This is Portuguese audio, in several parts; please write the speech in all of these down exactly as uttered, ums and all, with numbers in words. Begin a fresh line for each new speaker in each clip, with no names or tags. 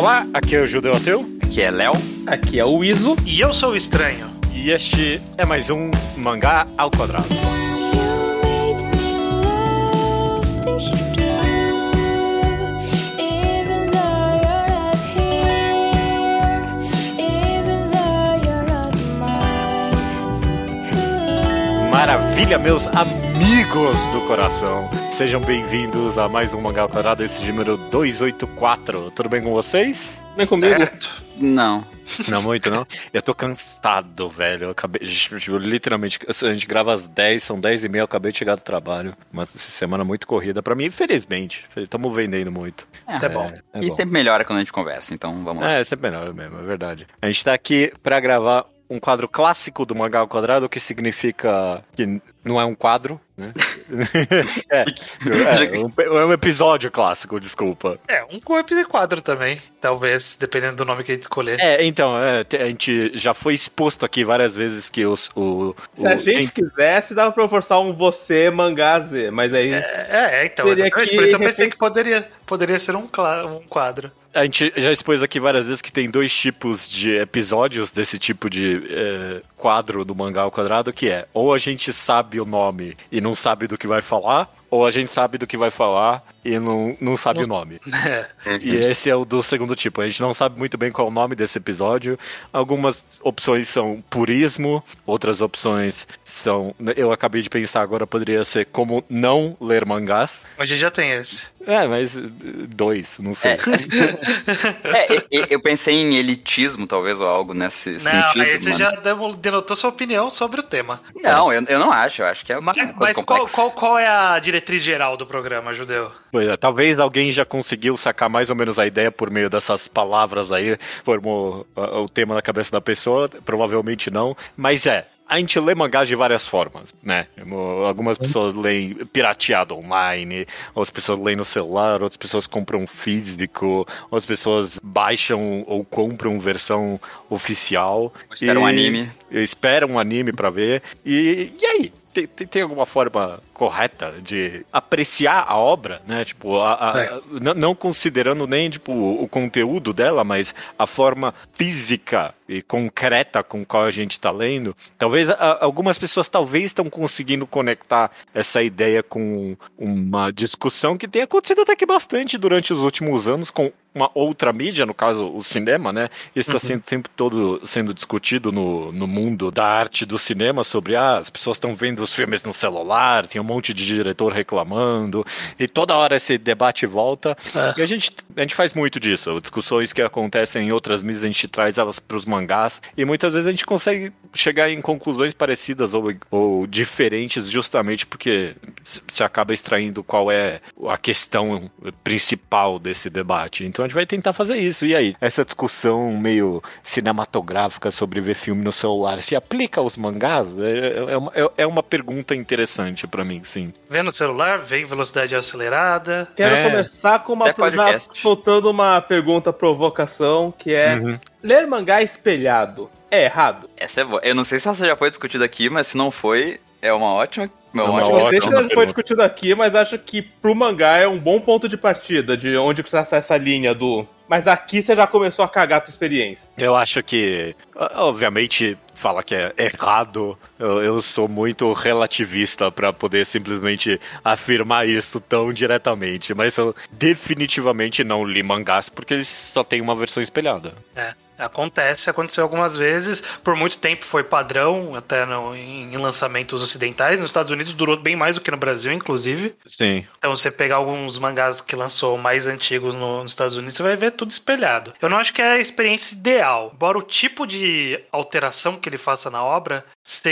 Olá, aqui é o Judeu Ateu.
Aqui é Léo.
Aqui é o Iso.
E eu sou o Estranho.
E este é mais um Mangá ao Quadrado. Maravilha, meus amigos do coração. Sejam bem-vindos a mais um Mangá ao Quadrado, esse número duzentos e oitenta e quatro. Tudo bem com vocês?
Bem comigo?
Certo.
Não.
Não muito, não? Eu tô cansado, velho. Eu acabei, eu, literalmente, a gente grava às dez, são dez e meia, eu acabei de chegar do trabalho. Uma semana muito corrida pra mim, infelizmente. Estamos vendendo muito.
É,
Isso é bom.
É
e
bom.
sempre melhora quando a gente conversa, então vamos lá.
É, é sempre melhor mesmo, é verdade. A gente tá aqui pra gravar um quadro clássico do Mangá ao Quadrado, que significa que não é um quadro, né? é, é, um, é um episódio clássico, desculpa.
É, um co-episódio e quadro também, talvez, dependendo do nome que a gente escolher.
É, então, é, a gente já foi exposto aqui várias vezes que os, o...
Se o, a gente tem... quisesse, dava pra eu forçar um você mangá Z, mas aí...
É, é então, exatamente, por isso eu pensei que poderia, poderia ser um, um quadro.
A gente já expôs aqui várias vezes que tem dois tipos de episódios desse tipo de é, quadro do Mangá ao Quadrado, que é, ou a gente sabe o nome e não sabe do que vai falar, ou a gente sabe do que vai falar e não, não sabe não... o nome.
É.
E esse é o do segundo tipo. A gente não sabe muito bem qual é o nome desse episódio. Algumas opções são purismo, outras opções são... Eu acabei de pensar agora, poderia ser como não ler mangás.
A gente já tem esse.
É, mas dois, não sei.
É, é, eu pensei em elitismo, talvez, ou algo nesse
não,
sentido.
Não, aí você
mano.
já denotou sua opinião sobre o tema.
Não, eu, eu não acho, eu acho que é
Mas,
uma coisa
mas qual,
complexa.
qual, qual é a diretriz geral do programa, Judeu?
Pois é, talvez alguém já conseguiu sacar mais ou menos a ideia por meio dessas palavras aí, formou uh, o tema na cabeça da pessoa, provavelmente não, mas é, a gente lê mangás de várias formas, né? Algumas pessoas leem pirateado online, outras pessoas leem no celular, outras pessoas compram físico, outras pessoas baixam ou compram versão oficial.
Espera um anime.
Espera um anime pra ver. E, e aí? Tem, tem, tem alguma forma correta de apreciar a obra, né? Tipo, a, a, a, não, não considerando nem tipo, o conteúdo dela, mas a forma física e concreta com qual a gente está lendo. Talvez a, algumas pessoas talvez estão conseguindo conectar essa ideia com uma discussão que tem acontecido até que bastante durante os últimos anos com uma outra mídia, no caso o cinema, né? Isso está sendo o tempo todo sendo discutido no, no mundo da arte do cinema sobre ah, as pessoas estão vendo os filmes no celular, tem um monte de diretor reclamando, e toda hora esse debate volta. É. E a gente, a gente faz muito disso. Discussões que acontecem em outras mídias, a gente traz elas para os mangás, e muitas vezes a gente consegue chegar em conclusões parecidas ou, ou diferentes justamente porque se acaba extraindo qual é a questão principal desse debate. Então a gente vai tentar fazer isso. E aí? Essa discussão meio cinematográfica sobre ver filme no celular se aplica aos mangás? É, é, uma, é uma pergunta interessante pra mim, sim.
Vê no celular, vê em velocidade acelerada.
Quero
é.
começar com uma já soltando uma pergunta provocação, que é uhum. ler mangá espelhado é errado?
Essa é boa. Eu não sei se essa já foi discutida aqui, mas se não foi, é uma ótima...
Não, uma não sei se já foi discutido aqui, mas acho que pro mangá é um bom ponto de partida, de onde traçar essa linha do... Mas aqui você já começou a cagar a tua experiência.
Eu acho que, obviamente, fala que é errado. Eu, eu sou muito relativista pra poder simplesmente afirmar isso tão diretamente. Mas eu definitivamente não li mangás porque eles só têm uma versão espelhada.
É. Acontece, aconteceu algumas vezes. Por muito tempo foi padrão, até no, em, em lançamentos ocidentais. Nos Estados Unidos durou bem mais do que no Brasil, inclusive.
Sim.
Então, você pegar alguns mangás que lançou mais antigos no, nos Estados Unidos, você vai ver tudo espelhado. Eu não acho que é a experiência ideal. Embora o tipo de alteração que ele faça na obra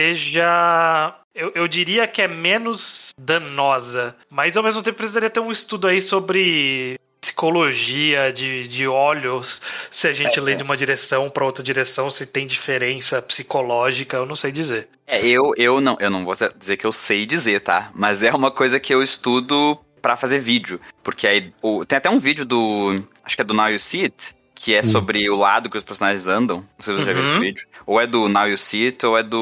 seja... Eu, eu diria que é menos danosa. Mas, ao mesmo tempo, precisaria ter um estudo aí sobre... psicologia de, de olhos, se a gente é, lê é. de uma direção para outra direção, se tem diferença psicológica, eu não sei dizer.
É, eu, eu, não, eu não vou dizer que eu sei dizer, tá? Mas é uma coisa que eu estudo pra fazer vídeo. Porque aí, o, tem até um vídeo do, acho que é do Now You See It, que é hum. sobre o lado que os personagens andam. Não sei se você uhum. já viu esse vídeo. Ou é do Now You See It, ou é do...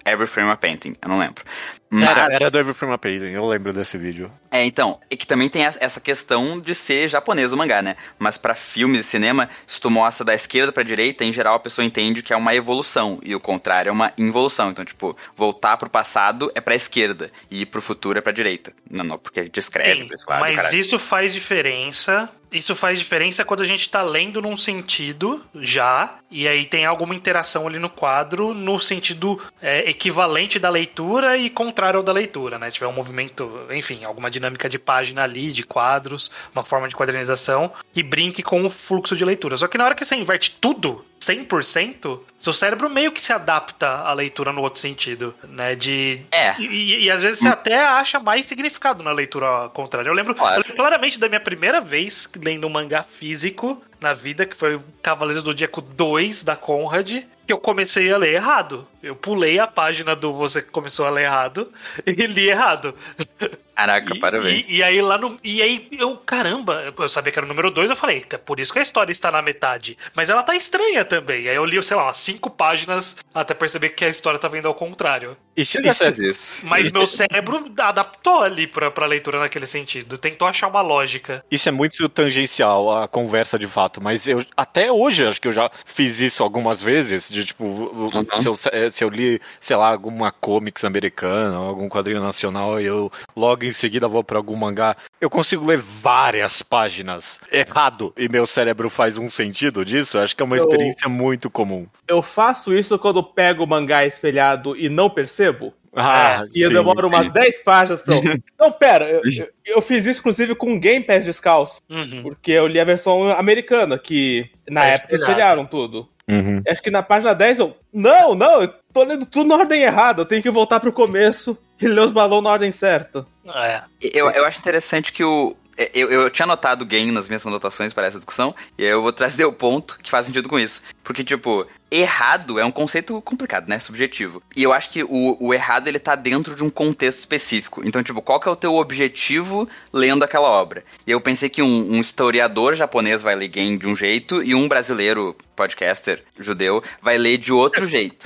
Every Frame a Painting, eu não lembro. Mas...
Era, era do Every Frame a Painting, eu lembro desse vídeo.
É, então, é que também tem essa questão de ser japonês o mangá, né? Mas pra filmes e cinema, se tu mostra da esquerda pra direita, em geral a pessoa entende que é uma evolução, e o contrário é uma involução. Então, tipo, voltar pro passado é pra esquerda, e ir pro futuro é pra direita. Não, não, porque a gente escreve
Sim,
pra esse lado.
mas
caralho.
isso faz diferença... Isso faz diferença quando a gente tá lendo num sentido já, e aí tem alguma interação ali no quadro no sentido é, equivalente da leitura e contrário ao da leitura, né? Se tiver um movimento, enfim, alguma dinâmica de página ali, de quadros, uma forma de quadrinização que brinque com o fluxo de leitura. Só que na hora que você inverte tudo, cem por cento, seu cérebro meio que se adapta à leitura no outro sentido, né? De,
é.
E, e às vezes você até acha mais significado na leitura contrária. Eu lembro,
Claro.
eu lembro claramente da minha primeira vez lendo um mangá físico na vida, que foi o Cavaleiros do Zodíaco dois da Conrad, que eu comecei a ler errado. Eu pulei a página do você que começou a ler errado e li errado.
Caraca,
E,
parabéns.
e, e aí lá no. E aí eu, caramba, eu sabia que era o número dois, eu falei, é por isso que a história está na metade. Mas ela tá estranha também. Aí eu li, sei lá, umas cinco páginas até perceber que a história tá vendo ao contrário.
Isso,
Eu já
isso é,
fiz isso.
Mas meu cérebro adaptou ali pra, pra leitura naquele sentido. Tentou achar uma lógica.
isso é muito tangencial a conversa de fato, mas eu até hoje acho que eu já fiz isso algumas vezes, de tipo,
Uhum.
se, eu, se eu li, sei lá, alguma comics americana, algum quadrinho nacional e eu logo em seguida vou pra algum mangá, eu consigo ler várias páginas errado e meu cérebro faz um sentido disso. Acho que é uma
Eu-
experiência muito comum.
Eu faço isso quando eu pego o mangá espelhado e não percebo.
Ah,
E eu
sim,
demoro umas
sim.
dez páginas pra... Não, pera, eu, eu, eu fiz isso inclusive com Game Pass Descalço,
Uhum.
porque eu li a versão americana, que na
É
época
espelhado.
espelharam tudo.
Uhum.
Acho que na página dez eu... Não, não, eu tô lendo tudo na ordem errada, eu tenho que voltar pro começo e ler os balões na ordem certa.
É.
Eu, eu acho interessante que o. Eu, eu tinha anotado game nas minhas anotações para essa discussão, e aí eu vou trazer o ponto que faz sentido com isso. Porque, tipo, errado é um conceito complicado, né? Subjetivo. E eu acho que o, o errado, ele tá dentro de um contexto específico. Então, tipo, qual que é o teu objetivo lendo aquela obra? E eu pensei que um, um historiador japonês vai ler game de um jeito, e um brasileiro, podcaster, judeu, vai ler de outro jeito.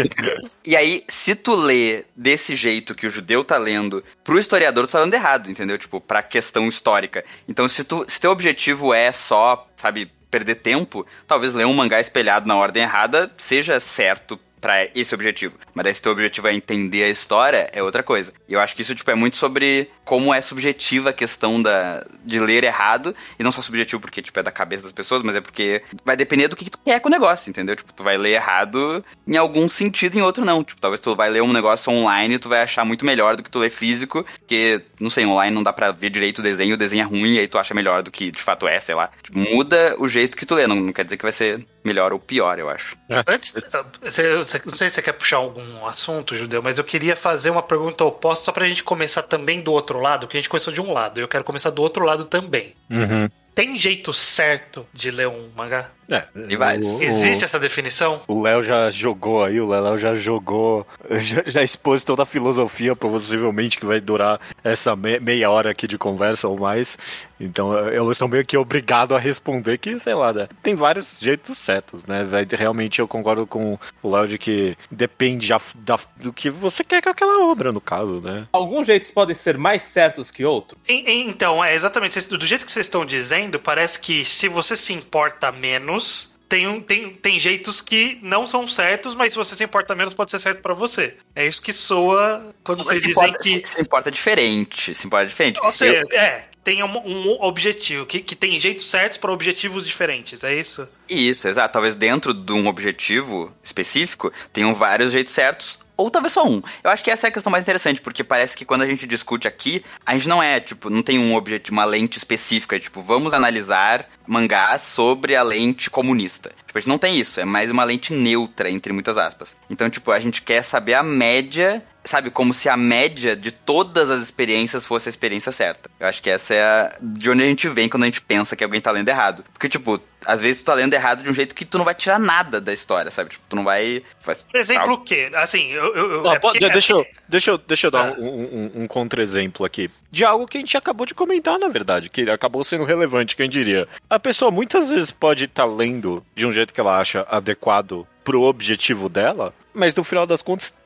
E aí, se tu lê desse jeito que o judeu tá lendo, pro historiador tu tá lendo errado, entendeu? Tipo, pra questão histórica. Então, se, tu, se teu objetivo é só, sabe, perder tempo, talvez ler um mangá espelhado na ordem errada seja certo pra esse objetivo. Mas daí se teu objetivo é entender a história, é outra coisa. E eu acho que isso, tipo, é muito sobre como é subjetiva a questão da, de ler errado, e não só subjetivo porque, tipo, é da cabeça das pessoas, mas é porque vai depender do que, que tu quer com o negócio, entendeu? Tipo, tu vai ler errado em algum sentido, em outro não. Tipo, talvez tu vai ler um negócio online e tu vai achar muito melhor do que tu ler físico, porque, não sei, online não dá pra ver direito o desenho, o desenho é ruim, e aí tu acha melhor do que de fato é, sei lá. Tipo, muda o jeito que tu lê, não, não quer dizer que vai ser melhor ou pior, eu acho.
Antes, você, você, não sei se você quer puxar algum assunto, Judeu, mas eu queria fazer uma pergunta oposta só pra gente começar também do outro lado, porque a gente começou de um lado, e eu quero começar do outro lado também.
Uhum.
Tem jeito certo de ler um mangá?
É,
E vários.
o-
Existe essa definição?
O Léo já jogou aí, o Léo já jogou, já, já expôs toda a filosofia, possivelmente, que vai durar essa me- meia hora aqui de conversa ou mais. Então eu sou meio que obrigado a responder que, sei lá, né? Tem vários jeitos certos, né? Vai- Realmente eu concordo com o Léo de que depende da, da- do que você quer com aquela obra, no caso, né?
Alguns jeitos podem ser mais certos que outros.
En- en- Então, é exatamente, vocês- do jeito que vocês estão dizendo, parece que se você se importa menos, tem, um, tem, tem jeitos que não são certos, mas se você se importa menos, pode ser certo pra você. É isso que soa quando
Mas
vocês
se
dizem
importa,
que...
se, se importa diferente, se importa diferente.
Você,
Eu-
é, tem um, um objetivo, que, que tem jeitos certos para objetivos diferentes, é isso?
Isso, exato. Talvez dentro de um objetivo específico, tenham vários jeitos certos, ou talvez só um. Eu acho que essa é a questão mais interessante, porque parece que quando a gente discute aqui, a gente não é, tipo, não tem um objetivo, uma lente específica, tipo, vamos analisar mangás sobre a lente comunista. Tipo, a gente não tem isso, é mais uma lente neutra, entre muitas aspas. Então, tipo, a gente quer saber a média, sabe, como se a média de todas as experiências fosse a experiência certa. Eu acho que essa é a... de onde a gente vem quando a gente pensa que alguém tá lendo errado. Porque, tipo, às vezes tu tá lendo errado de um jeito que tu não vai tirar nada da história, sabe? Tipo, tu não vai... Faz...
Por exemplo, o quê? Assim, eu... eu, eu
Ó,
é
pode-
porque-
deixa, eu, deixa, eu, deixa eu dar
Ah.
um, um, um contra-exemplo aqui. De algo que a gente acabou de comentar, na verdade, que acabou sendo relevante, quem diria. A pessoa muitas vezes pode estar lendo de um jeito que ela acha adequado pro objetivo dela, mas no final das contas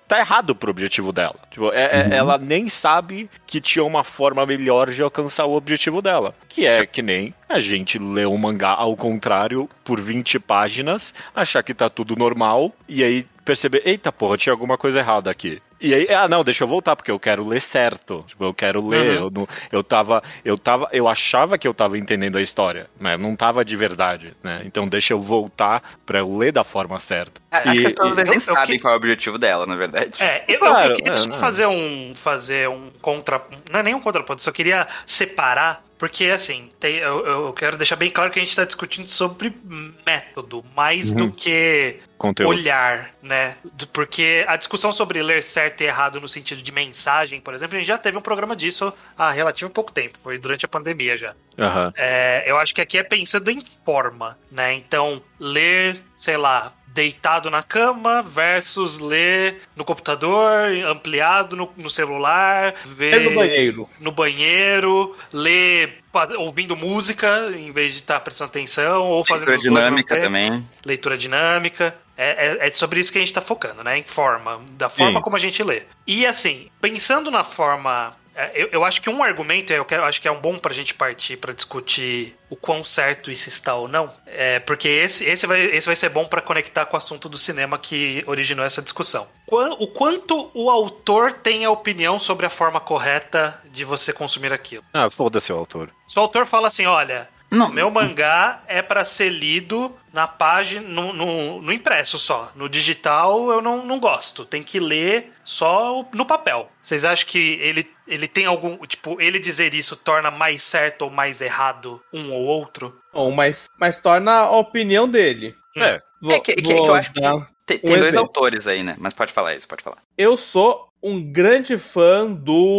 tá errado pro objetivo dela. Tipo, é, uhum. ela nem sabe que tinha uma forma melhor de alcançar o objetivo dela. Que é que nem a gente lê um mangá ao contrário por vinte páginas, achar que tá tudo normal, e aí perceber, eita porra, tinha alguma coisa errada aqui. E aí, ah não, deixa eu voltar, porque eu quero ler certo. Tipo, eu quero ler, uhum. eu, não, eu tava, eu tava, eu achava que eu tava entendendo a história, né? Não tava de verdade, né? Então deixa eu voltar pra eu ler da forma certa.
Acho
e,
que as pessoas
e,
nem
eu,
sabem
eu,
qual é o objetivo dela, na verdade.
É, eu, claro, eu queria é, só fazer um, fazer um contra... Não é nem um contraponto, só queria separar. Porque, assim, tem, eu, eu quero deixar bem claro que a gente está discutindo sobre método, mais uhum. do que
conteúdo.
Olhar, né? Porque a discussão sobre ler certo e errado no sentido de mensagem, por exemplo, a gente já teve um programa disso há relativo pouco tempo, foi durante a pandemia já.
Uhum.
É, eu acho que aqui é pensando em forma, né? Então, ler, sei lá, deitado na cama versus ler no computador, ampliado no, no celular, ver
no banheiro.
no banheiro, ler ouvindo música em vez de estar prestando atenção, ou fazendo
leitura dinâmica também.
Leitura dinâmica. É, é, é sobre isso que a gente tá focando, né? Em forma, da forma Sim. como a gente lê. E assim, pensando na forma... Eu, eu acho que um argumento, eu, quero, eu acho que é um bom pra gente partir pra discutir o quão certo isso está ou não, é porque esse, esse, vai, esse vai ser bom pra conectar com o assunto do cinema que originou essa discussão. O quanto o autor tem a opinião sobre a forma correta de você consumir aquilo.
Ah, foda-se o autor.
Se o autor fala assim, olha...
Não.
Meu mangá é pra ser lido na página, no, no, no impresso só. No digital eu não, não gosto. Tem que ler só no papel. Vocês acham que ele, ele tem algum... Tipo, ele dizer isso torna mais certo ou mais errado um ou outro?
Bom, mas, mas torna a opinião dele.
É, vou, é que, que, que eu acho que tem, tem um dois exemplo. autores aí, né? Mas pode falar isso, pode falar.
Eu sou um grande fã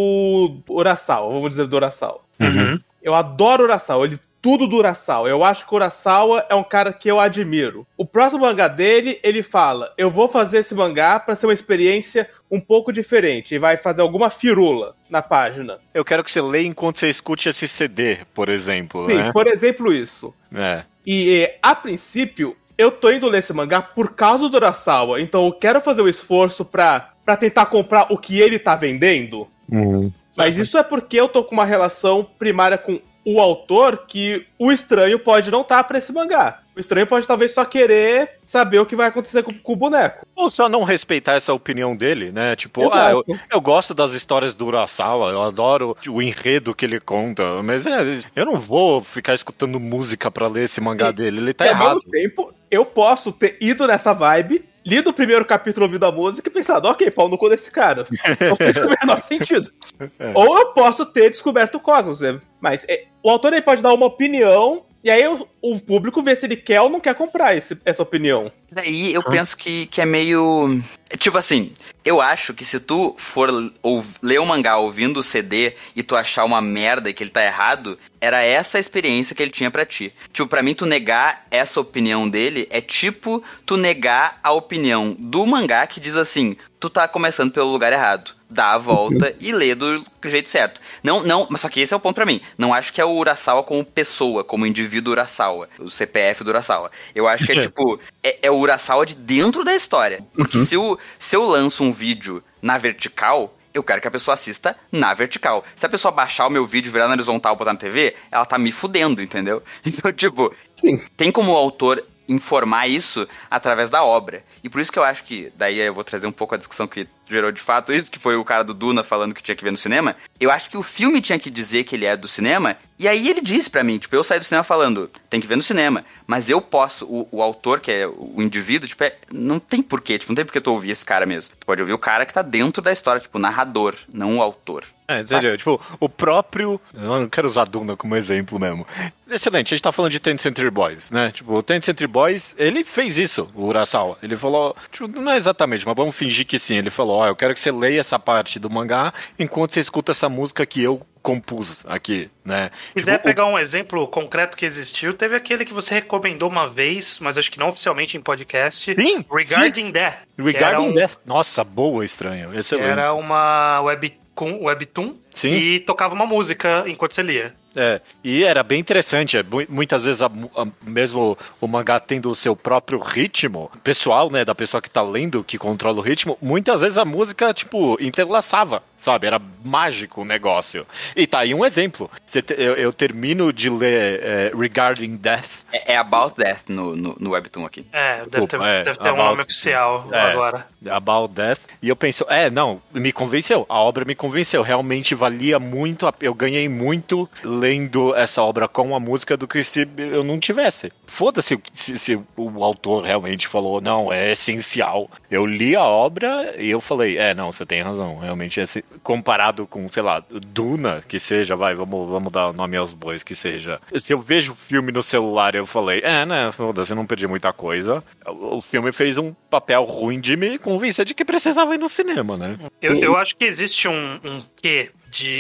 do Urasawa, vamos dizer do Urasawa.
Uhum.
Eu adoro Urasawa, ele tudo do Urasawa. Eu acho que o Urasawa é um cara que eu admiro. O próximo mangá dele, ele fala, eu vou fazer esse mangá pra ser uma experiência um pouco diferente. E vai fazer alguma firula na página.
Eu quero que você leia enquanto você escute esse C D, por exemplo.
Sim,
né?
por exemplo isso.
É.
E, a princípio, eu tô indo ler esse mangá por causa do Urasawa. Então eu quero fazer o esforço pra, pra tentar comprar o que ele tá vendendo.
Uhum.
Mas isso é porque eu tô com uma relação primária com o autor que o estranho pode não estar pra esse mangá. O estranho pode talvez só querer saber o que vai acontecer com, com o boneco.
Ou só não respeitar essa opinião dele, né? Tipo, ah, eu, eu gosto das histórias do Urasawa, eu adoro o enredo que ele conta, mas é, eu não vou ficar escutando música pra ler esse mangá e, dele, ele tá
e
errado.
Ao mesmo tempo, eu posso ter ido nessa vibe, lido o primeiro capítulo, ouvido a música e pensado, ok, pau no cu desse cara. Não fez o menor sentido. É. Ou eu posso ter descoberto o Cosmos, né? Mas é, o autor ele pode dar uma opinião, e aí o, o público vê se ele quer ou não quer comprar esse, essa opinião.
Daí eu hum. penso que, que é meio... Tipo assim, eu acho que se tu for ou, ler o mangá ouvindo o C D e tu achar uma merda e que ele tá errado, era essa a experiência que ele tinha pra ti. Tipo, pra mim, tu negar essa opinião dele é tipo tu negar a opinião do mangá que diz assim, tu tá começando pelo lugar errado. Dá a volta e lê do jeito certo. Não, não, mas só que esse é o ponto pra mim. Não acho que é o Urasawa como pessoa, como indivíduo Urasawa, o C P F do Urasawa. Eu acho que é tipo, é, é o Urasawa de dentro da história. Porque uhum. se, eu, se eu lanço um vídeo na vertical, eu quero que a pessoa assista na vertical. Se a pessoa baixar o meu vídeo, virar na horizontal e botar na T V, ela tá me fudendo, entendeu? Então, tipo, Sim. tem como o autor informar isso através da obra. E por isso que eu acho que, daí eu vou trazer um pouco a discussão que gerou de fato isso, que foi o cara do Duna falando que tinha que ver no cinema. Eu acho que o filme tinha que dizer que ele é do cinema, e aí ele disse pra mim, tipo, eu saí do cinema falando, tem que ver no cinema, mas eu posso, o, o autor, que é o indivíduo, tipo, é, não tem porquê, tipo, não tem porquê tu ouvir esse cara mesmo. Tu pode ouvir o cara que tá dentro da história, tipo, o narrador, não o autor.
É, entendeu? Tipo, o próprio... Eu não quero usar Duna como exemplo mesmo. Excelente, a gente tá falando de tenth Century Boys, né? Tipo, o tenth Century Boys, ele fez isso, o Urasawa. Ele falou... Tipo, não é exatamente, mas vamos fingir que sim. Ele falou, ó, oh, eu quero que você leia essa parte do mangá enquanto você escuta essa música que eu compus aqui, né?
Se quiser
tipo,
pegar
o...
um exemplo concreto que existiu, teve aquele que você recomendou uma vez, mas acho que não oficialmente em podcast.
Sim,
Regarding
sim.
Death.
Regarding um... Death. Nossa, boa, estranho. Excelente.
Era uma web... com webtoon Sim. e tocava uma música enquanto você lia.
É, e era bem interessante, é, muitas vezes a, a, mesmo o mangá tendo o seu próprio ritmo pessoal, né, da pessoa que tá lendo, que controla o ritmo, muitas vezes a música, tipo, interlaçava, sabe, era mágico o negócio. E tá aí um exemplo, Você te, eu, eu termino de ler é, Regarding Death.
É, é About Death no, no, no Webtoon aqui.
É, deve ter,
é,
deve ter um nome oficial
é,
agora.
About Death, e eu penso, é, não, me convenceu, a obra me convenceu, realmente valia muito, eu ganhei muito lendo essa obra com a música do que se eu não tivesse. Foda-se se, se o autor realmente falou, não, é essencial. Eu li a obra e eu falei, é, não, você tem razão, realmente é comparado com, sei lá, Duna, que seja, vai, vamos, vamos dar nome aos bois, que seja. Se eu vejo o filme no celular, eu falei, é, né, foda-se, eu não perdi muita coisa. O filme fez um papel ruim de me convencer de que precisava ir no cinema, né?
Eu, eu acho que existe um, um quê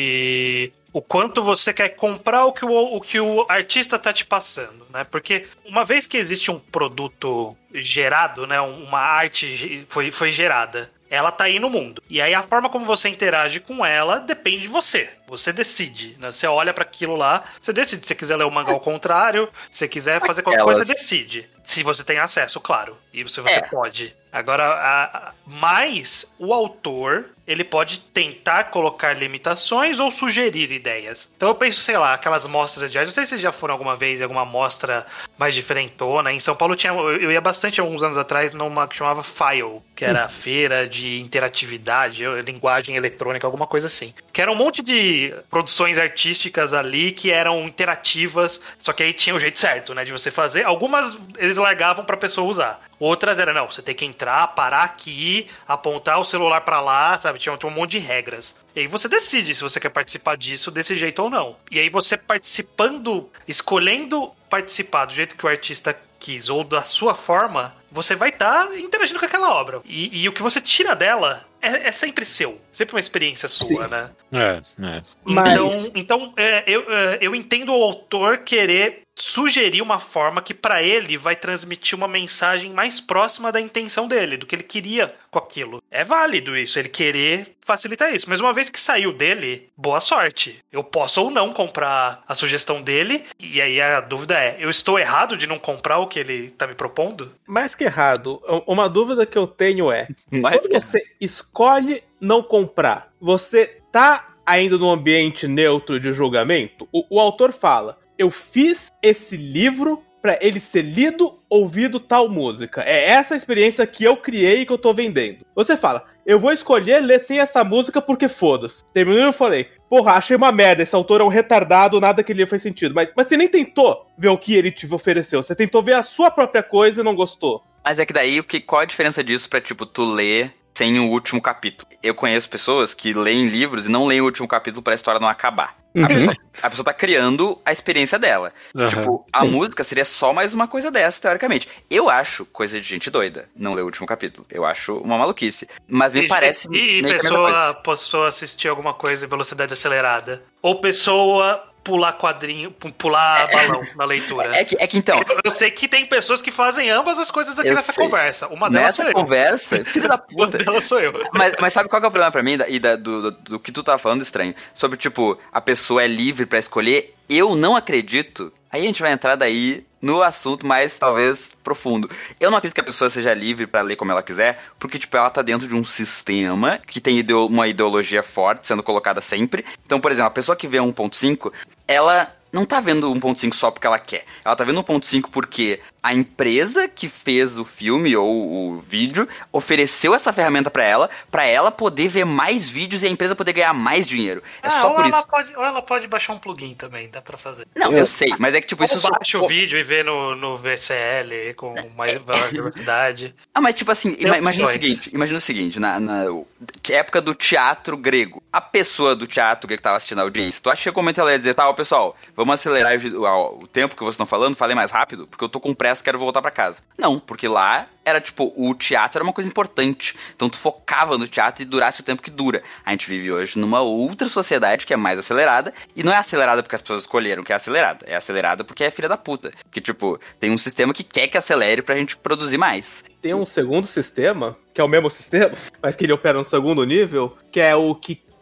de... o quanto você quer comprar o que o, o que o artista tá te passando, né? Porque uma vez que existe um produto gerado, né? Uma arte foi, foi gerada, ela tá aí no mundo. E aí a forma como você interage com ela depende de você. Você decide, né? Você olha para aquilo lá, você decide. Se você quiser ler o mangá ao contrário, se você quiser fazer qualquer
Aquelas...
coisa, decide. Se você tem acesso, claro. E se você
é.
pode. Agora, a, a, mas o autor, ele pode tentar colocar limitações ou sugerir ideias. Então eu penso, sei lá, aquelas mostras de arte. Não sei se vocês já foram alguma vez em alguma mostra mais diferentona. Em São Paulo tinha, eu ia bastante alguns anos atrás numa que chamava File, que era a feira de interatividade, linguagem eletrônica, alguma coisa assim. Que era um monte de produções artísticas ali que eram interativas, só que aí tinha o jeito certo, né, de você fazer. Algumas eles largavam pra pessoa usar. Outras era, não, você tem que entrar, parar aqui, apontar o celular pra lá, sabe? Tinha, tinha um monte de regras. E aí você decide se você quer participar disso desse jeito ou não. E aí você participando, escolhendo participar do jeito que o artista quis ou da sua forma, você vai estar tá interagindo com aquela obra. E, e o que você tira dela é, é sempre seu. Sempre uma experiência sua,
Sim.
né?
É, é.
Então,
Mas...
então é, eu, eu entendo o autor querer sugerir uma forma que pra ele vai transmitir uma mensagem mais próxima da intenção dele, do que ele queria com aquilo. É válido isso, ele querer facilitar isso. Mas uma vez que saiu dele, boa sorte. Eu posso ou não comprar a sugestão dele, e aí a dúvida é, eu estou errado de não comprar o que ele tá me propondo?
Mais que errado, uma dúvida que eu tenho é,
Mais
quando
que...
você escolhe não comprar, você tá ainda num ambiente neutro de julgamento? O, o autor fala, eu fiz esse livro pra ele ser lido, ouvido tal música. É essa a experiência que eu criei e que eu tô vendendo. Você fala, eu vou escolher ler sem essa música porque foda-se. Terminando eu falei, porra, achei uma merda, esse autor é um retardado, nada que ele faz sentido. Mas, mas você nem tentou ver o que ele te ofereceu, você tentou ver a sua própria coisa e não gostou.
Mas é que daí, o que, qual a diferença disso pra, tipo, tu ler sem o último capítulo? Eu conheço pessoas que leem livros e não leem o último capítulo pra história não acabar.
Uhum.
A, pessoa, a pessoa tá criando a experiência dela.
Uhum.
Tipo, a
Sim.
música seria só mais uma coisa dessa, teoricamente. Eu acho coisa de gente doida não ler o último capítulo. Eu acho uma maluquice. Mas me
e,
parece...
E, e
meio que a mesma
pessoa,
coisa.
pessoa assistir alguma coisa em velocidade acelerada. Ou pessoa pular quadrinho, pular balão na leitura.
É que, é que então...
Eu, eu sei que tem pessoas que fazem ambas as coisas aqui
Eu
nessa
sei.
conversa. Uma delas
Nessa
sou eu.
conversa, filho da puta.
Uma delas sou eu.
Mas, mas sabe qual que é o problema pra mim da, e da, do, do, do que tu tava falando, Estranho? Sobre, tipo, a pessoa é livre pra escolher. Eu não acredito. Aí a gente vai entrar daí no assunto mais, talvez, profundo. Eu não acredito que a pessoa seja livre pra ler como ela quiser, porque, tipo, ela tá dentro de um sistema que tem ideo- uma ideologia forte sendo colocada sempre. Então, por exemplo, a pessoa que vê um ponto cinco, ela não tá vendo um ponto cinco só porque ela quer. Ela tá vendo um ponto cinco porque a empresa que fez o filme ou o vídeo ofereceu essa ferramenta pra ela, pra ela poder ver mais vídeos e a empresa poder ganhar mais dinheiro. É
Ah,
só
ou
por
ela
isso.
Pode, ou ela pode baixar um plugin também, dá pra fazer.
Não, eu sei, mas é que, tipo,
Ou
isso... só-
baixa o vídeo e vê no, no V C L com mais maior velocidade.
Ah, mas tipo assim,
Tem
ima- imagina o
opções.
seguinte, imagina o seguinte, na, na época do teatro grego, a pessoa do teatro grego que tava assistindo a audiência, tu acha que chegou um momento ela ia dizer, tá, ó, pessoal, vamos acelerar o, o, o tempo que vocês estão falando, falei mais rápido, porque eu tô com pressa, quero voltar pra casa. Não, porque lá era tipo, o teatro era uma coisa importante, então tu focava no teatro e durasse o tempo que dura. A gente vive hoje numa outra sociedade que é mais acelerada, e não é acelerada porque as pessoas escolheram que é acelerada, é acelerada porque é filha da puta. Que tipo, tem um sistema que quer que acelere pra gente produzir mais.
Tem um segundo sistema, que é o mesmo sistema, mas que ele opera no segundo nível, que é o que quer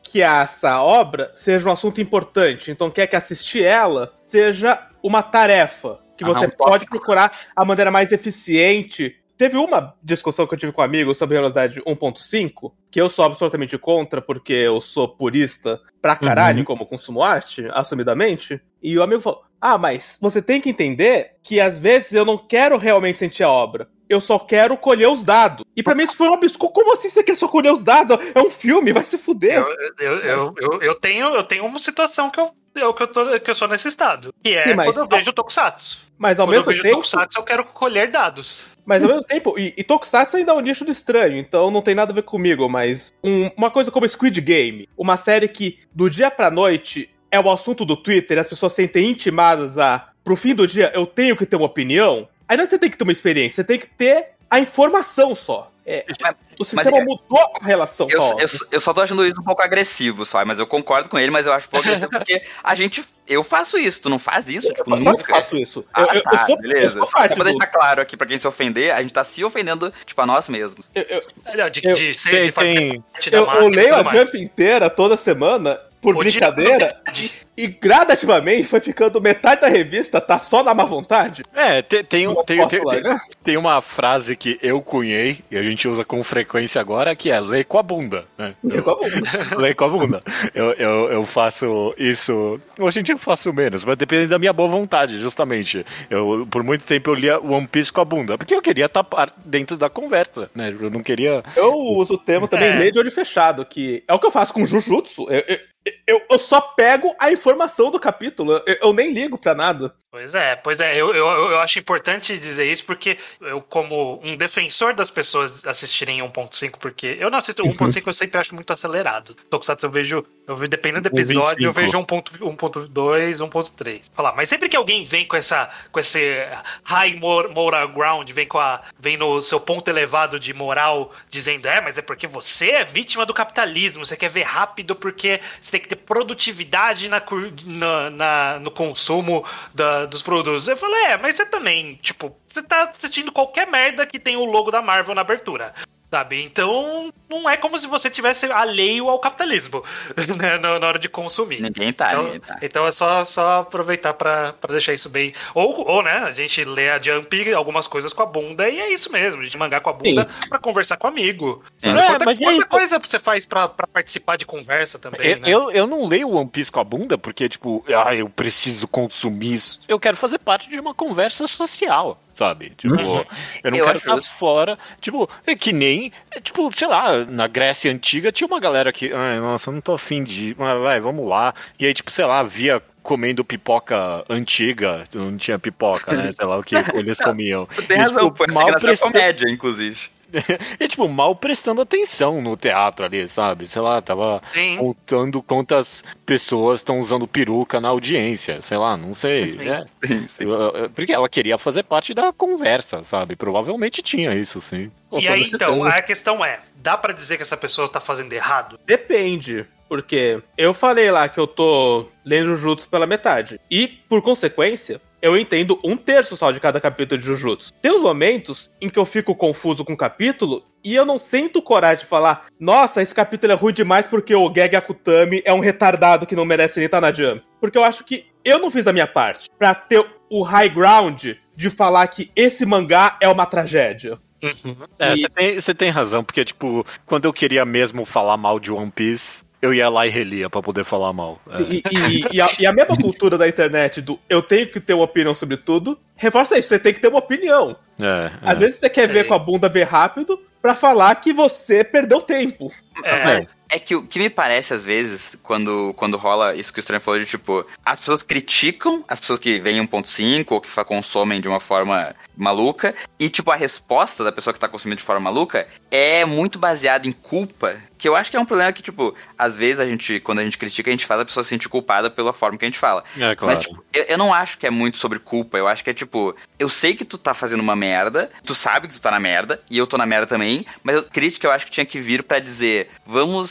que essa obra seja um assunto importante, então quer que assistir ela seja uma tarefa, que você ah, um pode procurar a maneira mais eficiente. Teve uma discussão que eu tive com um amigo sobre velocidade um ponto cinco, que eu sou absolutamente contra, porque eu sou purista pra caralho, uhum. como consumo arte, assumidamente. E o amigo falou, ah, mas você tem que entender que às vezes eu não quero realmente sentir a obra. Eu só quero colher os dados. E pra mim isso foi um absurdo. Como assim você quer só colher os dados? É um filme, vai se fuder.
Eu, eu, eu, eu, eu, tenho, eu tenho uma situação que eu, eu, que eu, tô, que eu sou nesse estado. Que é Sim, mas, quando eu vejo Tokusatsu.
Mas ao
quando
mesmo
eu vejo
tempo...
Tokusatsu, eu quero colher dados.
Mas ao mesmo tempo... E, e Tokusatsu ainda é um nicho do estranho, então não tem nada a ver comigo, mas... Um, uma coisa como Squid Game. Uma série que, do dia pra noite, é o assunto do Twitter, as pessoas se sentem intimadas a... Pro fim do dia, eu tenho que ter uma opinião. Aí não é que você tem que ter uma experiência, você tem que ter a informação só. É,
mas,
o sistema
mas,
mudou a relação
eu,
com a
eu, eu só tô achando isso um pouco agressivo, só, mas eu concordo com ele, mas eu acho um pouco agressivo porque a gente... Eu faço isso, tu não faz isso?
Eu,
tipo,
eu nunca faço isso.
Ah,
eu, eu,
tá,
eu sou,
beleza.
Eu sou
só pra
do...
deixar claro aqui, pra quem se ofender, a gente tá se ofendendo, tipo, a nós mesmos.
Eu, eu,
Não, de,
eu,
de ser, de fazer parte da
eu,
marca
eu leio a
mais.
Jump inteira toda semana... Por
O
brincadeira, e, e gradativamente foi ficando metade da revista, tá só na má vontade.
É, tem, tem, um, tem, tem,
lá,
tem,
né?
tem uma frase que eu cunhei, e a gente usa com frequência agora, que é lê com a bunda. Né?
Lê com a bunda.
Lê com a bunda. Eu, eu, eu faço isso, hoje em dia eu faço menos, mas depende da minha boa vontade, justamente. Eu, por muito tempo eu lia One Piece com a bunda, porque eu queria estar dentro da conversa, né? Eu não queria...
Eu uso o termo também,
É.
lei de olho fechado, que é o que eu faço com Jujutsu. Eu, eu, Eu, eu só pego a informação do capítulo, eu, eu nem ligo pra nada.
Pois é, pois é, eu, eu, eu acho importante dizer isso porque eu, como um defensor das pessoas assistirem um ponto cinco, porque eu não assisto um ponto cinco, eu sempre acho muito acelerado. Tokusatsu eu vejo, eu vejo dependendo do episódio, eu vejo um ponto dois, um ponto três. Falar, mas sempre que alguém vem com essa com esse high moral ground, vem com a vem no seu ponto elevado de moral, dizendo, é, mas é porque você é vítima do capitalismo, você quer ver rápido porque você tem que ter produtividade na, na, na, no consumo da dos produtos. Eu falei, é, mas você também, tipo, você tá assistindo qualquer merda que tem o logo da Marvel na abertura, sabe? Então, não é como se você tivesse alheio ao capitalismo, né, na, na hora de consumir.
Ninguém tá,
então,
ninguém tá.
Então é só, só aproveitar pra, pra deixar isso bem... Ou, ou, né, a gente lê a Jump, algumas coisas com a bunda, e é isso mesmo, a gente mangá com a bunda Sim. pra conversar com amigo. Sabe?
É,
quanta
mas
quanta
é isso.
coisa você faz pra, pra participar de conversa também,
Eu,
né?
eu, eu não leio One Piece com a bunda porque, tipo, ah, eu preciso consumir isso. Eu quero fazer parte de uma conversa social, sabe? Tipo,
Uhum.
eu não
Eu
quero
acho
estar
isso.
fora. Tipo, é que nem, é, tipo, sei lá, na Grécia Antiga tinha uma galera que, ai, nossa, eu não tô afim de, mas vai, vamos lá. E aí, tipo, sei lá, via comendo pipoca antiga, não tinha pipoca, né? Sei lá o que eles comiam.
Tem
E,
razão,
tipo,
foi essa
mal
graça da
presta-
comédia, inclusive.
E, tipo, mal prestando atenção no teatro ali, sabe? Sei lá, tava
Sim.
contando quantas pessoas estão usando peruca na audiência, sei lá, não sei.
Sim.
É.
Sim, sim.
Eu- eu- Porque ela queria fazer parte da conversa, sabe? Provavelmente tinha isso, sim.
Com
E
toda
aí,
certeza.
então, a questão é, dá pra dizer que essa pessoa tá fazendo errado?
Depende, porque eu falei lá que eu tô lendo Jujutsu pela metade. E, por consequência, eu entendo um terço só de cada capítulo de Jujutsu. Tem uns momentos em que eu fico confuso com o capítulo e eu não sinto coragem de falar, nossa, esse capítulo é ruim demais porque o Gege Akutami é um retardado que não merece nem estar na Jump. Porque eu acho que eu não fiz a minha parte pra ter o high ground de falar que esse mangá é uma tragédia.
Uhum.
É,
E-
você tem, você tem razão, porque, tipo, quando eu queria mesmo falar mal de One Piece, eu ia lá e relia pra poder falar mal. É.
E, e- e a, e a mesma cultura da internet do eu tenho que ter uma opinião sobre tudo, reforça isso, você tem que ter uma opinião.
É,
Às
é.
vezes você quer ver
Sim.
com a bunda ver rápido pra falar que você perdeu tempo.
É,
É que o que me parece, às vezes, quando, quando rola isso que o Estranho falou de, tipo, as pessoas criticam as pessoas que veem um ponto cinco ou que fa- consomem de uma forma maluca, e, tipo, a resposta da pessoa que tá consumindo de forma maluca é muito baseada em culpa, que eu acho que é um problema que, tipo, às vezes a gente, quando a gente critica, a gente faz a pessoa se sentir culpada pela forma que a gente fala.
É, claro.
Mas, tipo, eu, eu não acho que é muito sobre culpa, eu acho que é, tipo, eu sei que tu tá fazendo uma merda, tu sabe que tu tá na merda, e eu tô na merda também, mas a crítica eu acho que tinha que vir pra dizer, vamos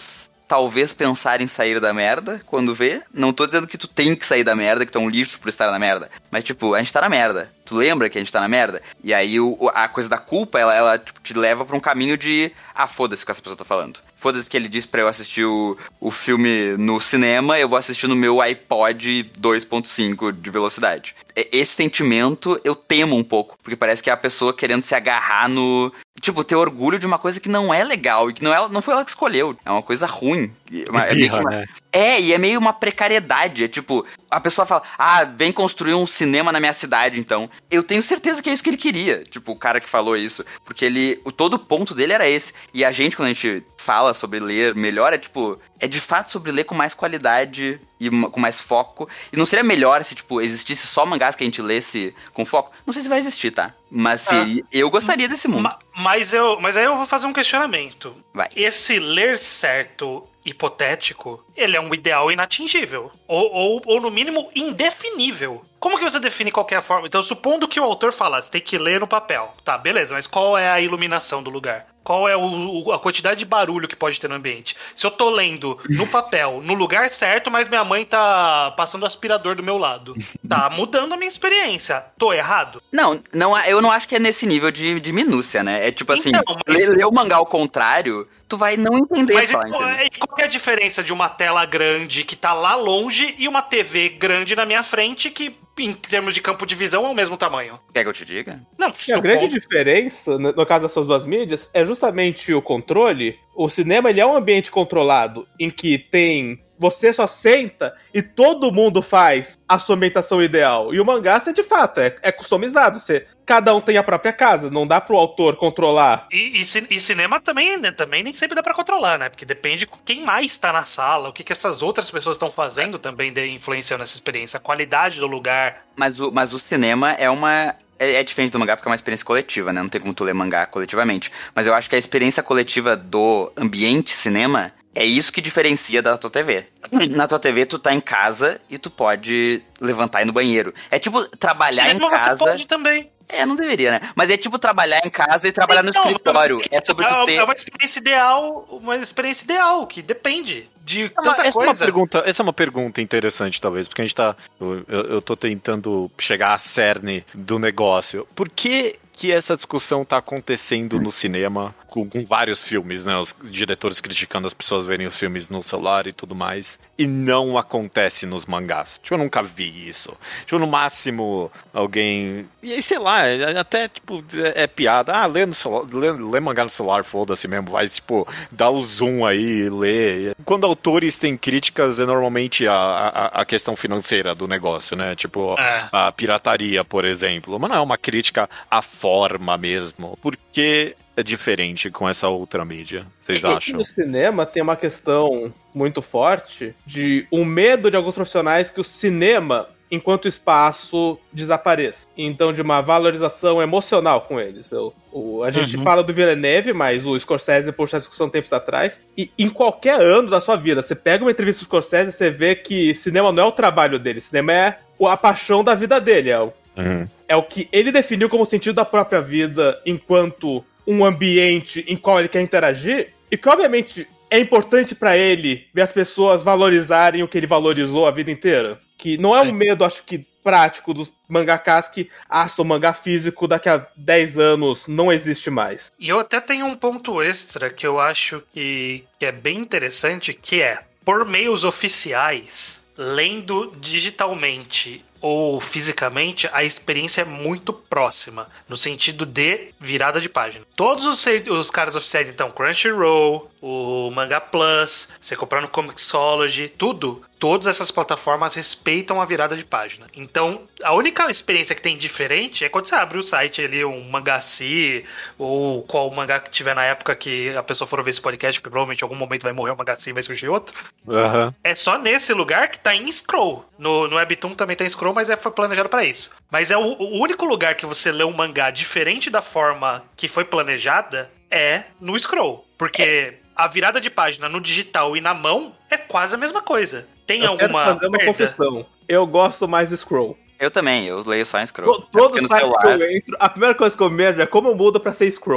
talvez pensar em sair da merda quando vê. Não tô dizendo que tu tem que sair da merda, que tu é um lixo por estar na merda. Mas, tipo, a gente tá na merda. Tu lembra que a gente tá na merda? E aí o, a coisa da culpa, ela, ela tipo, te leva pra um caminho de... Ah, foda-se o que essa pessoa tá falando. Foda-se que ele disse pra eu assistir o, o filme no cinema, eu vou assistir no meu iPod dois ponto cinco de velocidade. Esse sentimento eu temo um pouco, porque parece que é a pessoa querendo se agarrar no... Tipo, ter orgulho de uma coisa que não é legal, e que não, é, não foi ela que escolheu. É uma coisa ruim. Uma, é,
birra,
uma,
né?
é, e é meio uma precariedade. É tipo, a pessoa fala, ah, vem construir um cinema na minha cidade, então. Eu tenho certeza que é isso que ele queria. Tipo, o cara que falou isso. Porque ele, o, todo o ponto dele era esse. E a gente, quando a gente fala sobre ler melhor, é tipo... É de fato sobre ler com mais qualidade e uma, com mais foco. E não seria melhor se, tipo, existisse só mangás que a gente lesse com foco? Não sei se vai existir, tá? Mas se, ah, eu gostaria desse mundo.
Ma, mas, eu, mas aí eu vou fazer um questionamento.
Vai.
Esse ler certo hipotético, ele é um ideal inatingível. Ou, ou, ou no mínimo, indefinível. Como que você define qualquer forma? Então, supondo que o autor fala, você tem que ler no papel. Tá, beleza, mas qual é a iluminação do lugar? Qual é o, a quantidade de barulho que pode ter no ambiente? Se eu tô lendo no papel, no lugar certo, mas minha mãe tá passando o aspirador do meu lado, tá mudando a minha experiência. Tô errado?
Não, não, eu não acho que é nesse nível de, de minúcia, né? É tipo assim,
então, mas...
ler, ler o mangá ao contrário, tu vai não entender
mas
só,
e,
entendeu?
E qual que é a diferença de uma tela grande que tá lá longe e uma T V grande na minha frente que, em termos de campo de visão, é o mesmo tamanho?
Quer que eu te diga?
Não,
A
supondo...
grande diferença, no caso dessas duas mídias, é justamente o controle. O cinema, ele é um ambiente controlado, em que tem... Você só senta e todo mundo faz a sua ambientação ideal. E o mangá, você, de fato, é, é customizado. Você, cada um tem a própria casa. Não dá pro autor controlar.
E, e, e cinema também, né, também nem sempre dá pra controlar, né? Porque depende de quem mais tá na sala. O que, que essas outras pessoas estão fazendo também de, influenciando essa experiência. A qualidade do lugar.
Mas o, mas o cinema é uma... É, é diferente do mangá porque é uma experiência coletiva, né? Não tem como tu ler mangá coletivamente. Mas eu acho que a experiência coletiva do ambiente cinema... É isso que diferencia da tua T V. Na tua T V, tu tá em casa e tu pode levantar e ir no banheiro. É tipo trabalhar
Cinema
em casa...
Você pode também.
É, não deveria, né? Mas é tipo trabalhar em casa e trabalhar então, no escritório. É sobre tu ter...
É uma experiência ideal, uma experiência ideal, que depende de
é uma,
tanta
essa
coisa.
É uma pergunta, essa é uma pergunta interessante, talvez, porque a gente tá... Eu, eu tô tentando chegar à cerne do negócio. Por que que essa discussão tá acontecendo no cinema com, com vários filmes, né? Os diretores criticando as pessoas verem os filmes no celular e tudo mais. E não acontece nos mangás. Tipo, eu nunca vi isso. Tipo, no máximo, alguém... E aí, sei lá, até, tipo, é, é piada. Ah, lê, no celular, lê, lê mangá no celular, foda-se mesmo. Vai, tipo, dá o zoom aí, lê. Quando autores têm críticas, é normalmente a, a, a questão financeira do negócio, né? Tipo, é. a pirataria, por exemplo. Mas não é uma crítica à forma mesmo. Porque é diferente com essa outra mídia, vocês acham?
No cinema tem uma questão muito forte de um medo de alguns profissionais que o cinema, enquanto espaço, desapareça. Então, de uma valorização emocional com eles. Eu, o, a gente uhum. fala do Villeneuve, mas o Scorsese puxou a discussão tempos atrás. E em qualquer ano da sua vida, você pega uma entrevista do Scorsese, você vê que cinema não é o trabalho dele, cinema é a paixão da vida dele. É o, uhum. é o que ele definiu como sentido da própria vida enquanto um ambiente em qual ele quer interagir. E que, obviamente, é importante pra ele ver as pessoas valorizarem o que ele valorizou a vida inteira. Que não é um medo, acho que, prático dos mangakas que, ah, sou mangá físico, daqui a dez anos não existe mais.
E eu até tenho um ponto extra que eu acho que, que é bem interessante, que é, por meios oficiais, lendo digitalmente ou fisicamente, a experiência é muito próxima, no sentido de virada de página. Todos os, os caras oficiais, então, Crunchyroll, o Manga Plus, você comprar no Comixology, tudo, todas essas plataformas respeitam a virada de página. Então, a única experiência que tem diferente é quando você abre o site ali, um Mangaci, ou qual mangá que tiver na época que a pessoa for ver esse podcast, porque provavelmente em algum momento vai morrer o Mangaci e vai surgir outro.
Uhum.
É só nesse lugar que tá em scroll. No, no Webtoon também tá em scroll, mas é, foi planejado pra isso. Mas é o, o único lugar que você lê um mangá diferente da forma que foi planejada é no scroll. Porque é. a virada de página no digital e na mão é quase a mesma coisa. Tem
eu
alguma
quero fazer uma
perda?
confissão. Eu gosto mais do scroll.
Eu também, eu leio só em scroll.
Todo
é
site celular... que eu entro, a primeira coisa que eu vejo é como eu mudo pra ser scroll.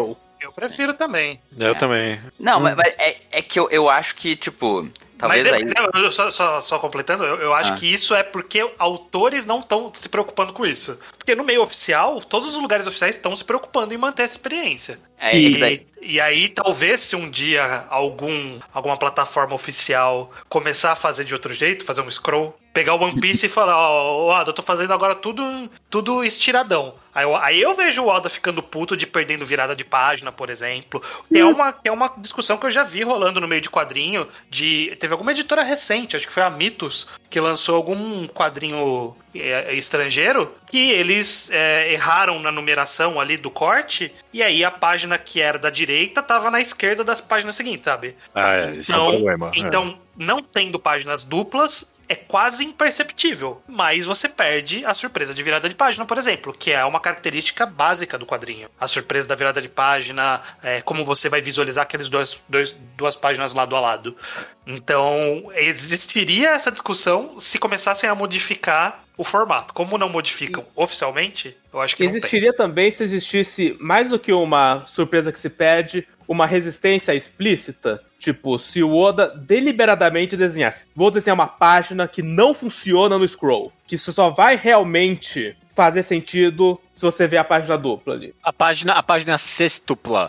Eu prefiro também.
Eu
É.
também.
Não,
Hum.
mas, mas é, é que eu, eu acho que, tipo, talvez
Mas,
aí...
eu- só, só, só completando, eu, eu acho
Ah.
que isso é porque autores não estão se preocupando com isso. Porque no meio oficial, todos os lugares oficiais estão se preocupando em manter essa experiência.
É,
E,
é que daí-
e aí, talvez, se um dia algum, alguma plataforma oficial começar a fazer de outro jeito, fazer um scroll, pegar o One Piece e falar, ó, ó, eu tô fazendo agora tudo, tudo estiradão. Aí eu, aí eu vejo o Oda ficando puto de perdendo virada de página, por exemplo. Que é uma, que é uma discussão que eu já vi rolando no meio de quadrinho. De, teve alguma editora recente, acho que foi a Mitos, que lançou algum quadrinho é, estrangeiro, que eles é, erraram na numeração ali do corte, e aí a página que era da direita tava na esquerda das páginas seguintes, sabe?
Ah, é, isso é um problema. é.
Então, não tendo páginas duplas, é quase imperceptível, mas você perde a surpresa de virada de página, por exemplo, que é uma característica básica do quadrinho. A surpresa da virada de página, é, como você vai visualizar aqueles dois, dois, duas páginas lado a lado. Então, existiria essa discussão se começassem a modificar o formato. Como não modificam oficialmente, eu acho que
Existiria também se existisse mais do que uma surpresa que se perde, uma resistência explícita. Tipo, se o Oda deliberadamente desenhasse, vou desenhar uma página que não funciona no scroll, que isso só vai realmente fazer sentido se você ver a página dupla ali.
A página, a página sextupla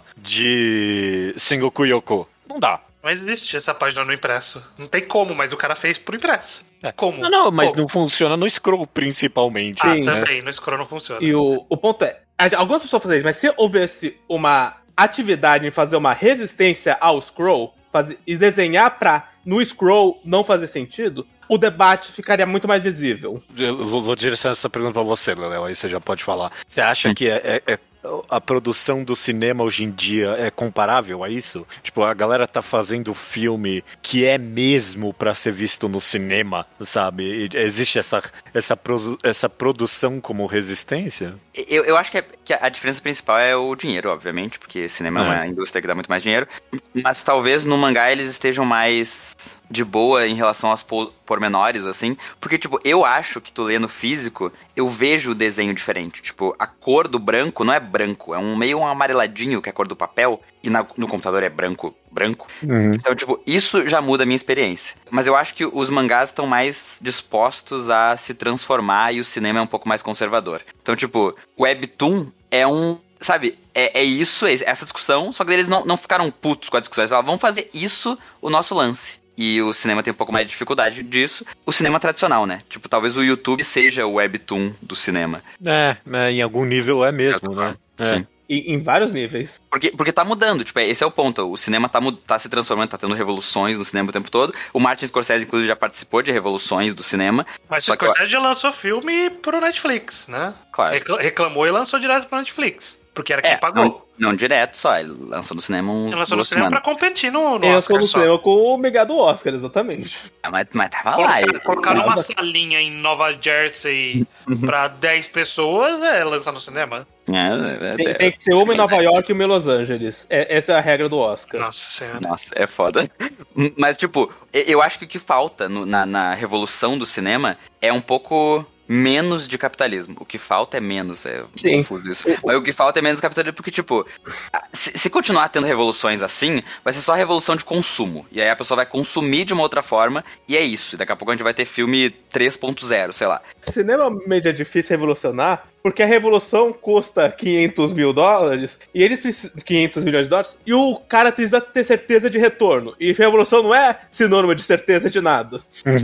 de Sengoku Yoko. Não dá.
Não existe essa página no impresso. Não tem como, mas o cara fez pro impresso.
É.
Como?
Não, não, mas
Como?
não funciona no scroll, principalmente.
Ah,
Sim,
né?
também, no scroll não funciona.
E o, o ponto é, a- algumas pessoas fazem isso, mas se houvesse uma atividade em fazer uma resistência ao scroll, fazer, e desenhar pra no scroll não fazer sentido, o debate ficaria muito mais visível.
Eu vou, vou direcionar essa pergunta pra você, Léo, aí você já pode falar. Você acha que é, é- é- a produção do cinema hoje em dia é comparável a isso? Tipo, a galera tá fazendo filme que é mesmo pra ser visto no cinema, sabe? E existe essa, essa, produ- essa produção como resistência?
Eu, eu acho que, é- que a diferença principal é o dinheiro, obviamente, porque cinema é
É.
uma indústria que dá muito mais dinheiro. Mas talvez no mangá eles estejam mais de boa em relação aos po- pormenores, assim. Porque, tipo, eu acho que tu lê no físico, eu vejo o desenho diferente. Tipo, a cor do branco não é branco, é um meio um amareladinho que é a cor do papel. E na- no computador é branco, branco. Então, tipo, isso já muda a minha experiência. Mas eu acho que os mangás estão mais dispostos a se transformar e o cinema é um pouco mais conservador. Então, tipo, o Webtoon é um... Sabe, é, é isso, é essa discussão, só que eles não, não ficaram putos com a discussão. Eles falaram, vamos fazer isso o nosso lance. E o cinema tem um pouco mais de dificuldade disso. O cinema tradicional, né? Tipo, talvez o YouTube seja o Webtoon do cinema.
É, é, em algum nível é mesmo, né? É.
Sim.
E, em vários níveis.
Porque, porque tá mudando, tipo, esse é o ponto. O cinema tá, mu- tá se transformando, tá tendo revoluções no cinema o tempo todo. O Martin Scorsese, inclusive, já participou de revoluções do cinema.
Mas o
Só que eu-
Scorsese já lançou filme pro Netflix, né?
Claro.
Recla- Reclamou e lançou direto pro Netflix. Porque era quem
É,
pagou.
não, não direto só, ele lançou no cinema um.
Ele lançou no
duas
cinema pra
semanas.
competir no, no
Eu
Oscar
sou no
só.
cinema com o mega do Oscar, exatamente.
Ah, mas, mas tava lá.
Colocar,
ele-
colocar
ele-
numa salinha em Nova Jersey pra dez pessoas é lançar no cinema.
É, é,
Tem,
é,
tem que ser uma em Nova York e uma em Los Angeles. É- essa é a regra do Oscar.
Nossa senhora.
Nossa, é foda. Mas, tipo, e- eu acho que o que falta no- na, na revolução do cinema é um pouco menos de capitalismo. O que falta é menos, é
Sim.
confuso isso. Mas o que falta é menos capitalismo porque, tipo, se, se continuar tendo revoluções assim, vai ser só revolução de consumo. E aí a pessoa vai consumir de uma outra forma, e é isso. E daqui a pouco a gente vai ter filme três ponto zero, sei lá.
Cinema meio é difícil revolucionar, porque a revolução custa quinhentos mil dólares, e eles precisam... quinhentos milhões de dólares, e o cara precisa ter certeza de retorno. E revolução não é sinônimo de certeza de nada.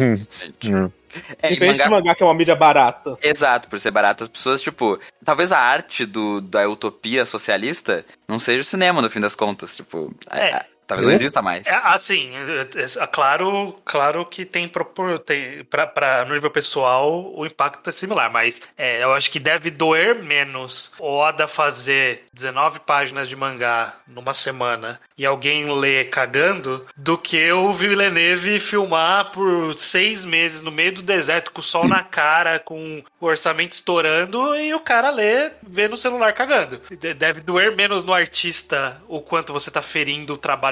É, e
Diferente
mangá-
de mangá, que é uma mídia barata.
Exato, por ser barato, as pessoas, tipo, talvez a arte do, da utopia socialista não seja o cinema, no fim das contas, tipo,
É.
a- a- talvez não exista mais.
É, assim, é, é, claro, claro que tem, propor, tem pra, pra, no nível pessoal o impacto é similar, mas é, eu acho que deve doer menos o Oda fazer dezenove páginas de mangá numa semana e alguém ler cagando do que o Villeneuve filmar por seis meses no meio do deserto com o sol na cara, com o orçamento estourando e o cara ler, ver no celular cagando. De- Deve doer menos no artista o quanto você tá ferindo o trabalho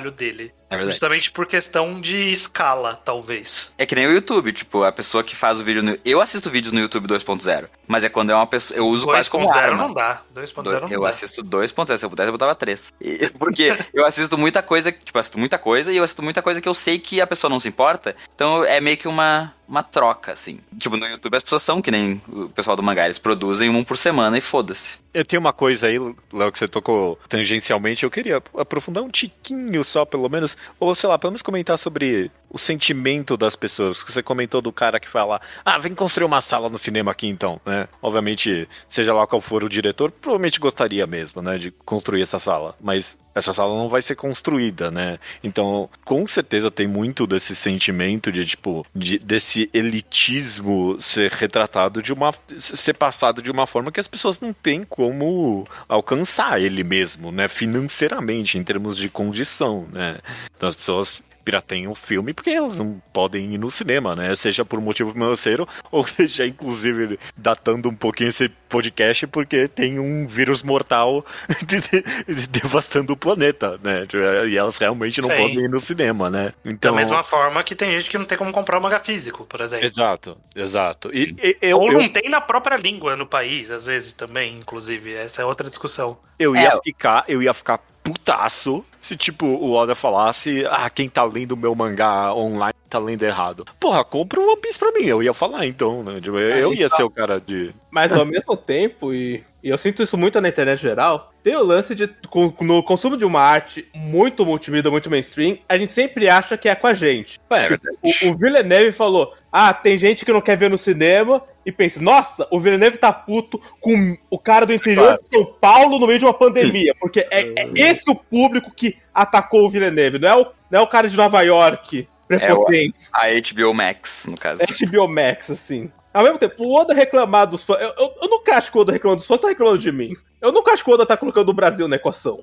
trabalho dele.
É
Justamente por questão de escala, talvez.
É que nem o YouTube, tipo, a pessoa que faz o vídeo no... Eu assisto vídeos no YouTube dois ponto zero, mas é quando é uma pessoa... Eu uso quase como arma.
dois ponto zero não dá. dois ponto zero não
eu
dá.
assisto dois ponto zero, se eu pudesse eu botava três. Porque eu assisto muita coisa, tipo, eu assisto muita coisa e eu assisto muita coisa que eu sei que a pessoa não se importa. Então é meio que uma, uma troca, assim. Tipo, no YouTube as pessoas são que nem o pessoal do mangá, eles produzem um por semana e foda-se.
Eu tenho uma coisa aí, Léo, que você tocou tangencialmente, eu queria aprofundar um tiquinho só, pelo menos, ou sei lá, pelo menos comentar sobre o sentimento das pessoas, que você comentou do cara que fala, ah, vem construir uma sala no cinema aqui então, né? Obviamente, seja lá qual for o diretor, provavelmente gostaria mesmo, né, de construir essa sala, mas essa sala não vai ser construída, né? Então, com certeza tem muito desse sentimento de, tipo, de, desse elitismo ser retratado de uma... ser passado de uma forma que as pessoas não têm como alcançar ele mesmo, né? Financeiramente, em termos de condição, né? Então as pessoas pirateiam o filme porque elas não podem ir no cinema, né? Seja por motivo financeiro ou seja, inclusive, datando um pouquinho esse podcast porque tem um vírus mortal devastando o planeta, né? E elas realmente não Sim. podem ir no cinema, né?
Então... Da mesma forma que tem gente que não tem como comprar um manga físico, por exemplo.
Exato, exato. E, e, eu,
ou não
eu...
tem na própria língua no país, às vezes, também, inclusive. Essa é outra discussão.
Eu ia
é.
ficar, eu ia ficar putaço se, tipo, o Oda falasse, ah, quem tá lendo o meu mangá online tá lendo errado. Porra, compra um One Piece pra mim. Eu ia falar, então, né? Eu, eu ia ser o cara de...
Mas ao mesmo tempo, e, e eu sinto isso muito na internet geral, tem o lance de, com, no consumo de uma arte muito multimídia, muito mainstream, a gente sempre acha que é com a gente.
É,
tipo, o, o Villeneuve falou, ah, tem gente que não quer ver no cinema, e pensa, nossa, o Villeneuve tá puto com o cara do interior de São Paulo no meio de uma pandemia, porque é, é esse o público que atacou o Villeneuve, não é o, não é o cara de Nova York, prepotente.
É a H B O Max, no caso.
H B O Max, assim. Ao mesmo tempo, o Oda reclamar dos fãs... Eu, eu, eu nunca acho que o Oda reclamando dos fãs, tá reclamando de mim. Eu nunca acho que o Oda tá colocando o Brasil na equação.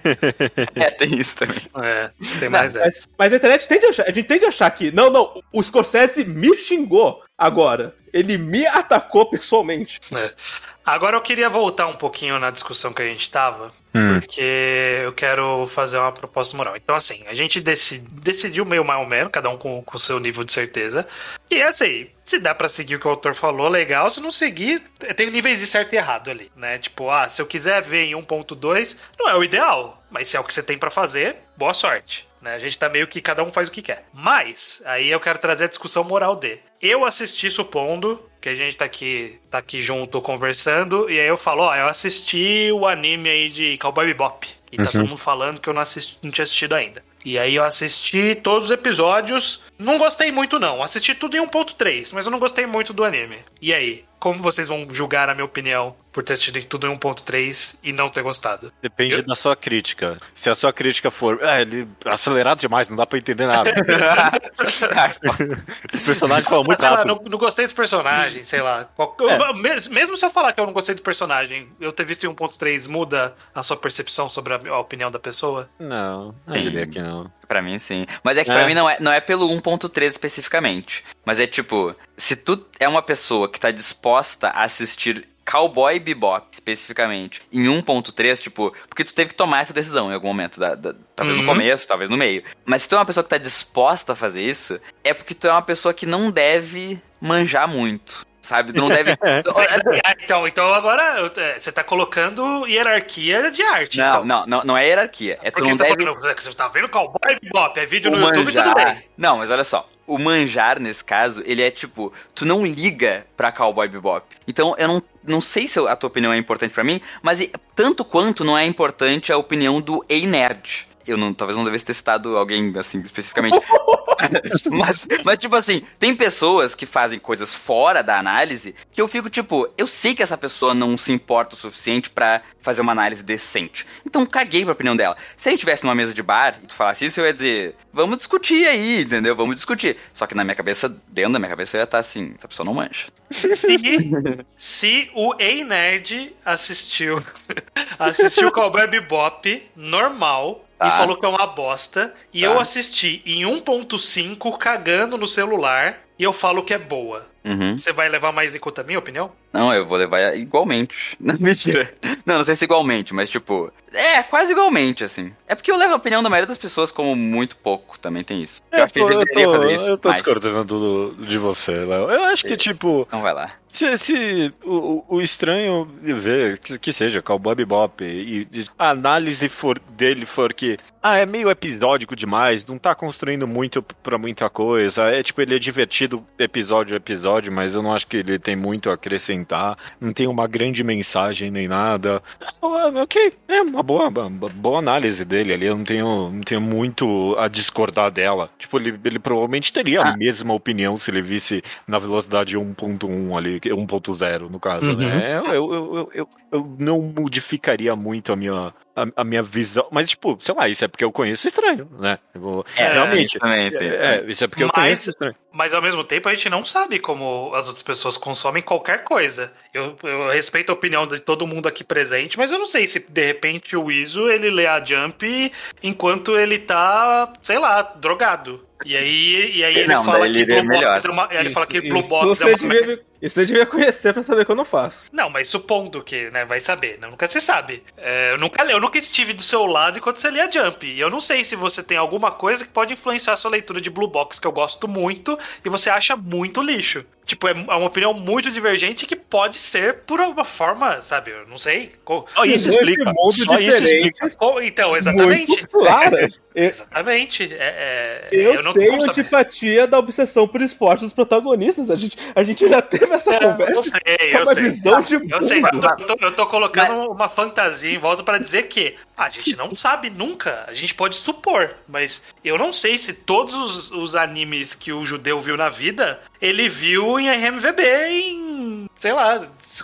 É, tem isso também.
É, tem mais
não, mas, mas a internet tende a, achar, a gente tende a achar que... Não, não, o Scorsese me xingou agora. Ele me atacou pessoalmente.
É. Agora eu queria voltar um pouquinho na discussão que a gente tava,
hum.
porque eu quero fazer uma proposta moral. Então, assim, a gente decidi, decidiu meio mais ou menos, cada um com o seu nível de certeza. E assim, se dá pra seguir o que o autor falou, legal. Se não seguir, tem níveis de certo e errado ali, né? Tipo, ah, se eu quiser ver em um ponto dois, não é o ideal. Mas se é o que você tem pra fazer, boa sorte. Né? A gente tá meio que cada um faz o que quer. Mas, aí eu quero trazer a discussão moral de... Eu assisti, supondo que a gente tá aqui, tá aqui junto conversando, e aí eu falo, ó, eu assisti o anime aí de Cowboy Bebop. E tá uhum. todo mundo falando que eu não, assisti, não tinha assistido ainda. E aí eu assisti todos os episódios, não gostei muito não, assisti tudo em um ponto três, mas eu não gostei muito do anime. E aí, como vocês vão julgar a minha opinião por ter assistido tudo em um ponto três e não ter gostado?
Depende
eu...
da sua crítica. Se a sua crítica for, é, ele é acelerado demais, não dá pra entender nada. Esse personagem fala muito
sei
rápido.
Lá, não, não gostei dos personagens, sei lá. É. Mesmo se eu falar que eu não gostei do personagem, eu ter visto em um ponto três muda a sua percepção sobre a, a opinião da pessoa?
Não, não diria que não.
Pra mim, sim. Mas é que é. pra mim não é, não é pelo um ponto três especificamente. Mas é tipo, se tu é uma pessoa que tá disposta a assistir Cowboy Bebop, especificamente, em um ponto três, tipo, porque tu teve que tomar essa decisão em algum momento, da, da, talvez uhum. no começo, talvez no meio. Mas se tu é uma pessoa que tá disposta a fazer isso, é porque tu é uma pessoa que não deve manjar muito. Sabe? Tu não deve...
então, então agora você tá colocando hierarquia de arte.
Não,
então.
não, não, não é hierarquia. É tu não
tá
deve...
falando, você tá vendo Cowboy Bebop, é vídeo
o
no
manjar...
YouTube, tudo bem.
Não, mas olha só. O manjar, nesse caso, ele é tipo... Tu não liga pra Cowboy Bebop. Então, eu não, não sei se a tua opinião é importante pra mim, mas tanto quanto não é importante a opinião do Ei Nerd. Eu não, talvez não devesse ter citado alguém, assim, especificamente. mas, mas, tipo assim, tem pessoas que fazem coisas fora da análise que eu fico, tipo, eu sei que essa pessoa não se importa o suficiente pra fazer uma análise decente. Então, caguei pra opinião dela. Se a gente tivesse numa mesa de bar e tu falasse isso, eu ia dizer, vamos discutir aí, entendeu? Vamos discutir. Só que na minha cabeça, dentro da minha cabeça, eu ia estar assim, essa pessoa não mancha.
Se, se o Ei Nerd assistiu, assistiu Cowboy Bebop normal...
Tá.
E falou que é uma bosta. E
tá.
eu assisti em um ponto cinco cagando no celular. e eu falo que é boa.
Uhum.
Você vai levar mais em conta a minha opinião?
Não, eu vou levar igualmente. Não, mentira. Não, não sei se igualmente, mas tipo... É, quase igualmente, assim. É porque eu levo a opinião da maioria das pessoas como muito pouco, também tem isso. Eu, eu acho que
tô,
eles deveriam
eu tô,
fazer isso.
Eu tô
mais.
discordando do, de você, Léo. Eu acho que, tipo...
Então vai lá.
Se, se o, o estranho de ver, que, que seja, Cowboy Bebop, e, e a análise for, dele for que, ah, é meio episódico demais, não tá construindo muito pra muita coisa, é tipo, ele é divertido episódio a episódio, mas eu não acho que ele tem muito a acrescentar, não tem uma grande mensagem nem nada. Ok, é uma boa, uma boa análise dele ali, eu não tenho, não tenho muito a discordar dela. Tipo, ele, ele provavelmente teria ah. a mesma opinião se ele visse na velocidade um ponto um ali, um ponto zero no caso, uhum. né? Eu, eu, eu, eu, eu não modificaria muito a minha, a, a minha visão, mas tipo, sei lá, isso é porque eu conheço Estranho, né? Eu,
é,
realmente.
Também tem,
é, é, isso é porque
mas,
eu conheço Estranho.
Mas ao mesmo tempo a gente não sabe como as outras pessoas consomem qualquer coisa. Eu, eu respeito a opinião de todo mundo aqui presente, mas eu não sei se de repente o Iso ele lê a Jump enquanto ele tá, sei lá, drogado. E aí, e aí ele
não,
fala
ele
que Blue
melhor.
Box é uma, ele
isso,
fala que Blue
isso
Box
você
é uma
devia, isso você devia conhecer pra saber que eu não faço.
Não, mas supondo que, né, vai saber, né? Nunca se sabe. É, eu, nunca, eu nunca estive do seu lado enquanto você lia Jump. E eu não sei se você tem alguma coisa que pode influenciar a sua leitura de Blue Box, que eu gosto muito, e você acha muito lixo. Tipo, é uma opinião muito divergente que pode ser por uma forma, sabe? Eu não sei.
Só isso explica. Só isso explica.
Então, exatamente.
Claras.
É, exatamente. É, é,
eu,
eu não
tenho antipatia da obsessão por esporte dos protagonistas. A gente, a gente já teve essa é, conversa.
Eu sei, eu
uma
sei.
Visão de
eu
mundo.
sei, mas eu tô, eu tô colocando mas... uma fantasia em volta pra dizer que a gente não sabe nunca. A gente pode supor, mas eu não sei se todos os, os animes que o judeu viu na vida, ele viu em R M V B em, sei lá,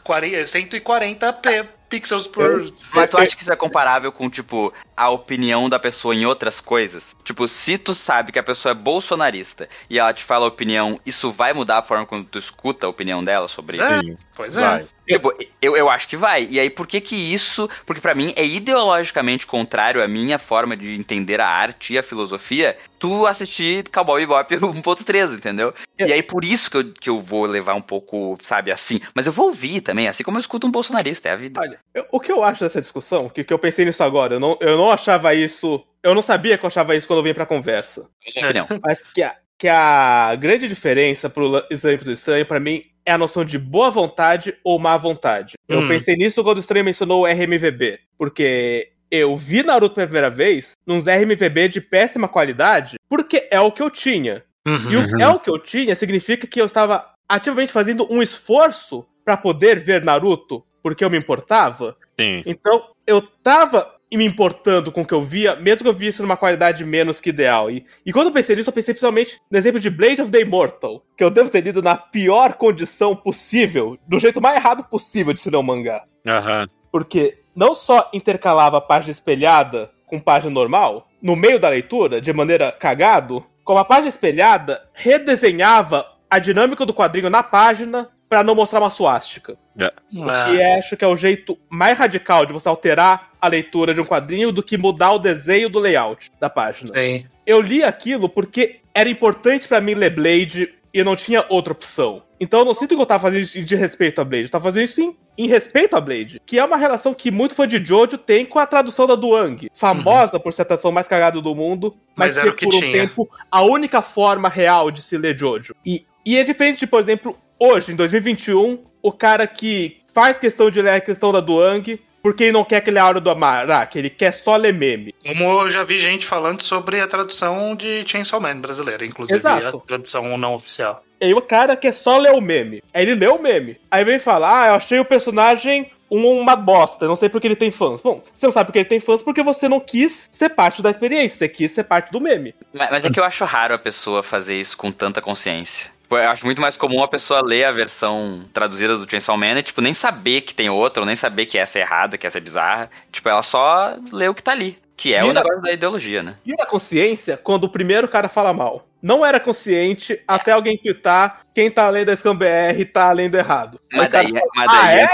cento e quarenta p pixels por...
Mas tu acha que isso é comparável com, tipo, a opinião da pessoa em outras coisas? Tipo, se tu sabe que a pessoa é bolsonarista e ela te fala a opinião, isso vai mudar a forma como tu escuta a opinião dela sobre
é,
isso?
Pois é. Vai.
Tipo, eu, eu acho que vai. E aí, por que que isso... Porque pra mim é ideologicamente contrário à minha forma de entender a arte e a filosofia, tu assistir Cowboy Bebop um ponto três, entendeu? Eu... E aí, por isso que eu, que eu vou levar um pouco, sabe, assim. Mas eu vou ouvir também, assim como eu escuto um bolsonarista, é a vida.
Olha, eu, o que eu acho dessa discussão, que, que eu pensei nisso agora, eu não, eu não achava isso... Eu não sabia que eu achava isso quando eu vim pra conversa.
Não.
Mas que a, que a grande diferença pro exemplo do Estranho, pra mim, é a noção de boa vontade ou má vontade. Hum. Eu pensei nisso quando o Estranho mencionou o R M V B. Porque eu vi Naruto pela primeira vez nos R M V B de péssima qualidade, porque é o que eu tinha. Uhum. E o é o que eu tinha significa que eu estava ativamente fazendo um esforço pra poder ver Naruto, porque eu me importava.
Sim.
Então, eu tava me importando com o que eu via, mesmo que eu visse numa qualidade menos que ideal. E, e quando eu pensei nisso, eu pensei principalmente no exemplo de Blade of the Immortal, que eu devo ter lido na pior condição possível, do jeito mais errado possível de se ler um mangá.
Aham. Uhum.
Porque não só intercalava página espelhada com página normal, no meio da leitura, de maneira cagado, como a página espelhada redesenhava a dinâmica do quadrinho na página pra não mostrar uma suástica.
Yeah.
O que acho que é o jeito mais radical de você alterar a leitura de um quadrinho do que mudar o desenho do layout da página.
Sim.
Eu li aquilo porque era importante pra mim ler Blade e não tinha outra opção. Então eu não sinto que eu tava fazendo isso de respeito a Blade, eu tava fazendo isso em, em respeito a Blade, que é uma relação que muito fã de Jojo tem com a tradução da Duang, famosa uhum. por ser a tradução mais cagada do mundo, mas, mas ser por um tinha. tempo a única forma real de se ler Jojo. E, e é diferente de, por exemplo, hoje, em dois mil e vinte e um, o cara que faz questão de ler a questão da Duang porque ele não quer que ele aura do Amarak, ele quer só ler meme.
Como eu já vi gente falando sobre a tradução de Chainsaw Man brasileira, inclusive. Exato. A tradução não oficial.
E aí o cara quer só ler o meme. Aí ele lê o meme. Aí vem falar, ah, eu achei o personagem uma bosta, não sei porque ele tem fãs. Bom, você não sabe porque ele tem fãs porque você não quis ser parte da experiência, você quis ser parte do meme.
Mas, mas é que eu acho raro a pessoa fazer isso com tanta consciência. Eu acho muito mais comum a pessoa ler a versão traduzida do Chainsaw Man e, tipo, nem saber que tem outra, ou nem saber que essa é errada, que essa é bizarra. Tipo, ela só lê o que tá ali. Que é o negócio da ideologia, né?
Vira consciência quando o primeiro cara fala mal. Não era consciente é. até alguém twittar quem tá lendo a Scam B R tá lendo errado.
Mas daí, fala, mas daí, ah, entra,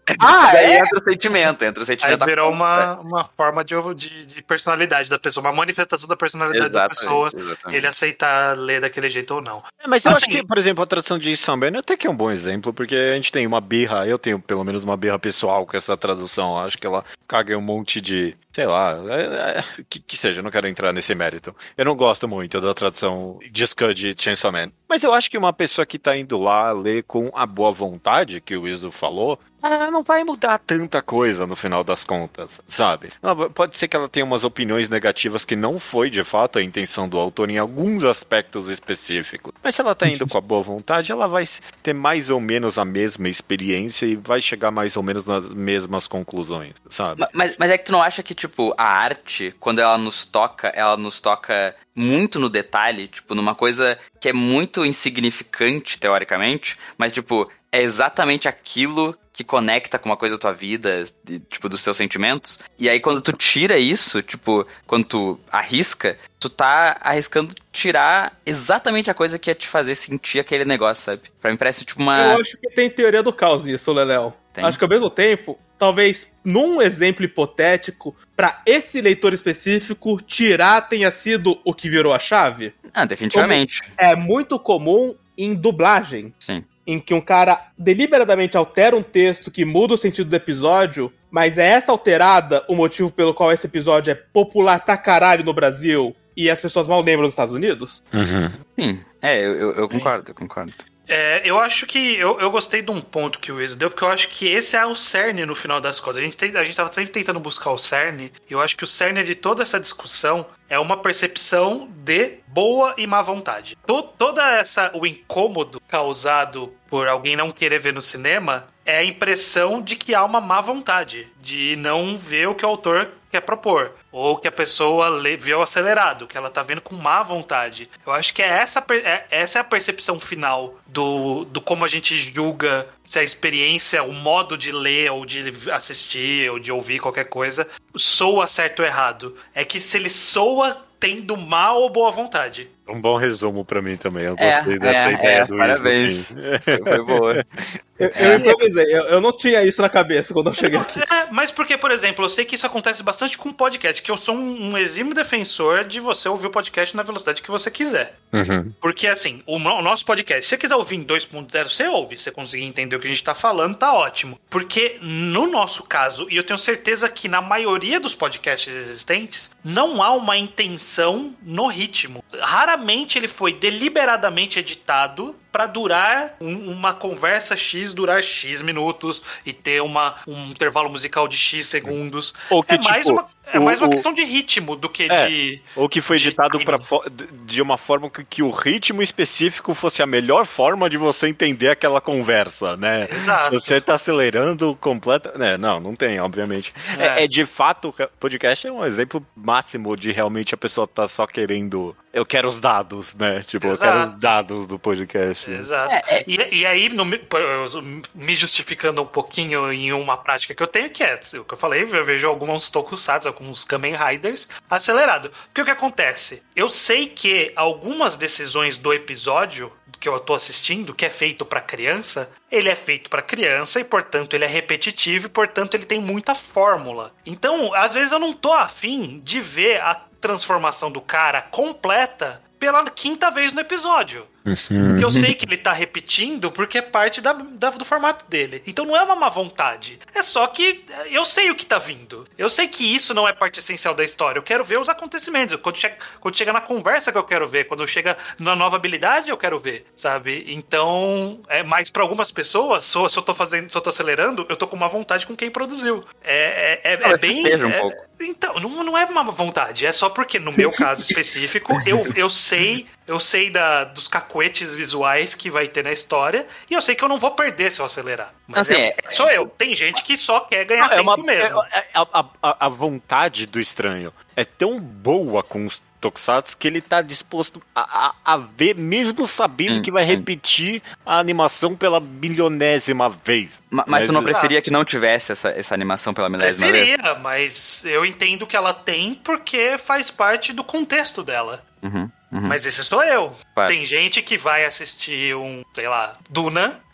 Ah, aí é? entra o sentimento, entra o sentimento.
Aí virou uma, uma forma de, de, de personalidade da pessoa, uma manifestação da personalidade exatamente, da pessoa, exatamente. Ele aceitar ler daquele jeito ou não.
É, mas eu assim, acho que, por exemplo, a tradução de Sanben até que é um bom exemplo, porque a gente tem uma birra, eu tenho pelo menos uma birra pessoal com essa tradução, acho que ela caga um monte de, sei lá, é, é, que, que seja, eu não quero entrar nesse mérito. Eu não gosto muito da tradução de Scud de Chainsaw Man, mas eu acho que uma pessoa que tá indo lá ler com a boa vontade, que o Iso falou, ah, não vai mudar tanta coisa no final das contas, sabe? Ela, pode ser que ela tenha umas opiniões negativas que não foi de fato a intenção do autor em alguns aspectos específicos. Mas se ela tá indo com a boa vontade, ela vai ter mais ou menos a mesma experiência e vai chegar mais ou menos nas mesmas conclusões, sabe?
Mas, mas é que tu não acha que, tipo, a arte, quando ela nos toca, ela nos toca muito no detalhe, tipo, numa coisa que é muito insignificante, teoricamente, mas, tipo, é exatamente aquilo que conecta com uma coisa da tua vida, de, tipo, dos teus sentimentos. E aí, quando tu tira isso, tipo, quando tu arrisca, tu tá arriscando tirar exatamente a coisa que ia te fazer sentir aquele negócio, sabe? Pra mim parece, tipo, uma...
Eu acho que tem teoria do caos nisso, Leléo. Acho que ao mesmo tempo, talvez num exemplo hipotético, pra esse leitor específico, tirar tenha sido o que virou a chave.
Ah, definitivamente.
Como é muito comum em dublagem.
Sim.
Em que um cara deliberadamente altera um texto que muda o sentido do episódio, mas é essa alterada o motivo pelo qual esse episódio é popular pra caralho no Brasil e as pessoas mal lembram dos Estados Unidos?
Uhum. Sim, é, eu, eu, eu concordo, eu concordo.
É, eu acho que... Eu, eu gostei de um ponto que o Wiz deu, porque eu acho que esse é o cerne no final das contas. A gente, tem, a gente tava sempre tentando buscar o cerne, e eu acho que o cerne de toda essa discussão é uma percepção de boa e má vontade. To, toda essa... O incômodo causado por alguém não querer ver no cinema é a impressão de que há uma má vontade, de não ver o que o autor quer propor, ou que a pessoa lê, viu acelerado, que ela tá vendo com má vontade. Eu acho que é essa, é, essa é a percepção final do, do como a gente julga se a experiência, o modo de ler, ou de assistir, ou de ouvir qualquer coisa, soa certo ou errado. É que se ele soa tendo má ou boa vontade.
Um bom resumo pra mim também, eu gostei
é,
dessa
é,
ideia
é,
do
parabéns.
Isla,
assim. Foi boa.
Eu, eu improvisei, eu, eu não tinha isso na cabeça quando eu cheguei aqui.
É, mas porque, por exemplo, eu sei que isso acontece bastante com podcast, que eu sou um, um exímio defensor de você ouvir o podcast na velocidade que você quiser.
Uhum.
Porque, assim, o, o nosso podcast, se você quiser ouvir em dois ponto zero, você ouve. Se você conseguir entender o que a gente tá falando, tá ótimo. Porque, no nosso caso, e eu tenho certeza que na maioria dos podcasts existentes, não há uma intenção no ritmo. Raramente ele foi deliberadamente editado para durar um, uma conversa X, durar X minutos e ter uma, um intervalo musical de X segundos.
Ou que,
é mais
tipo,
uma, é
o,
mais uma
o,
questão de ritmo do que
é,
de...
Ou que foi editado pra, de uma forma que, que o ritmo específico fosse a melhor forma de você entender aquela conversa, né?
Exato.
Se você tá acelerando completa... Né, não, não tem, obviamente. É. É, é de fato, o podcast é um exemplo máximo de realmente a pessoa tá só querendo... Eu quero os dados, né? Tipo, Exato. Eu quero os dados do podcast.
Exato. É, é... E, e aí, no, me justificando um pouquinho em uma prática que eu tenho, que é o que eu falei, eu vejo alguns tokusatsu, alguns Kamen Riders acelerado. Porque o que acontece? Eu sei que algumas decisões do episódio que eu tô assistindo, que é feito pra criança, ele é feito pra criança e, portanto, ele é repetitivo e, portanto, ele tem muita fórmula. Então, às vezes eu não tô afim de ver a transformação do cara completa pela quinta vez no episódio. Uhum. Porque eu sei que ele tá repetindo porque é parte da, da, do formato dele. Então não é uma má vontade. É só que eu sei o que tá vindo. Eu sei que isso não é parte essencial da história. Eu quero ver os acontecimentos. Quando chega, quando chega na conversa que eu quero ver. Quando chega na nova habilidade eu quero ver, sabe? Então, é mais pra algumas pessoas, se eu, se eu tô fazendo, se eu tô acelerando, eu tô com uma vontade com quem produziu. É, é, é, é bem...
Um
é,
pouco.
Então, não, não é uma vontade. É só porque, no meu caso específico, eu, eu sei, eu sei da, dos cacuetes visuais que vai ter na história, e eu sei que eu não vou perder se eu acelerar. Mas
assim,
é, é, sou eu. Tem gente que só quer ganhar
é
tempo
uma,
mesmo.
É, é, a, a, a vontade do estranho é tão boa com os Tokusatsu que ele tá disposto a, a, a ver, mesmo sabendo hum, que vai sim. repetir a animação pela bilionésima vez.
Mas, mas tu não preferia que não tivesse essa, essa animação pela milésima vez?
Preferia, mas eu entendo que ela tem porque faz parte do contexto dela.
Uhum. Uhum.
Mas esse sou eu.
Claro.
Tem gente que vai assistir um, sei lá, Duna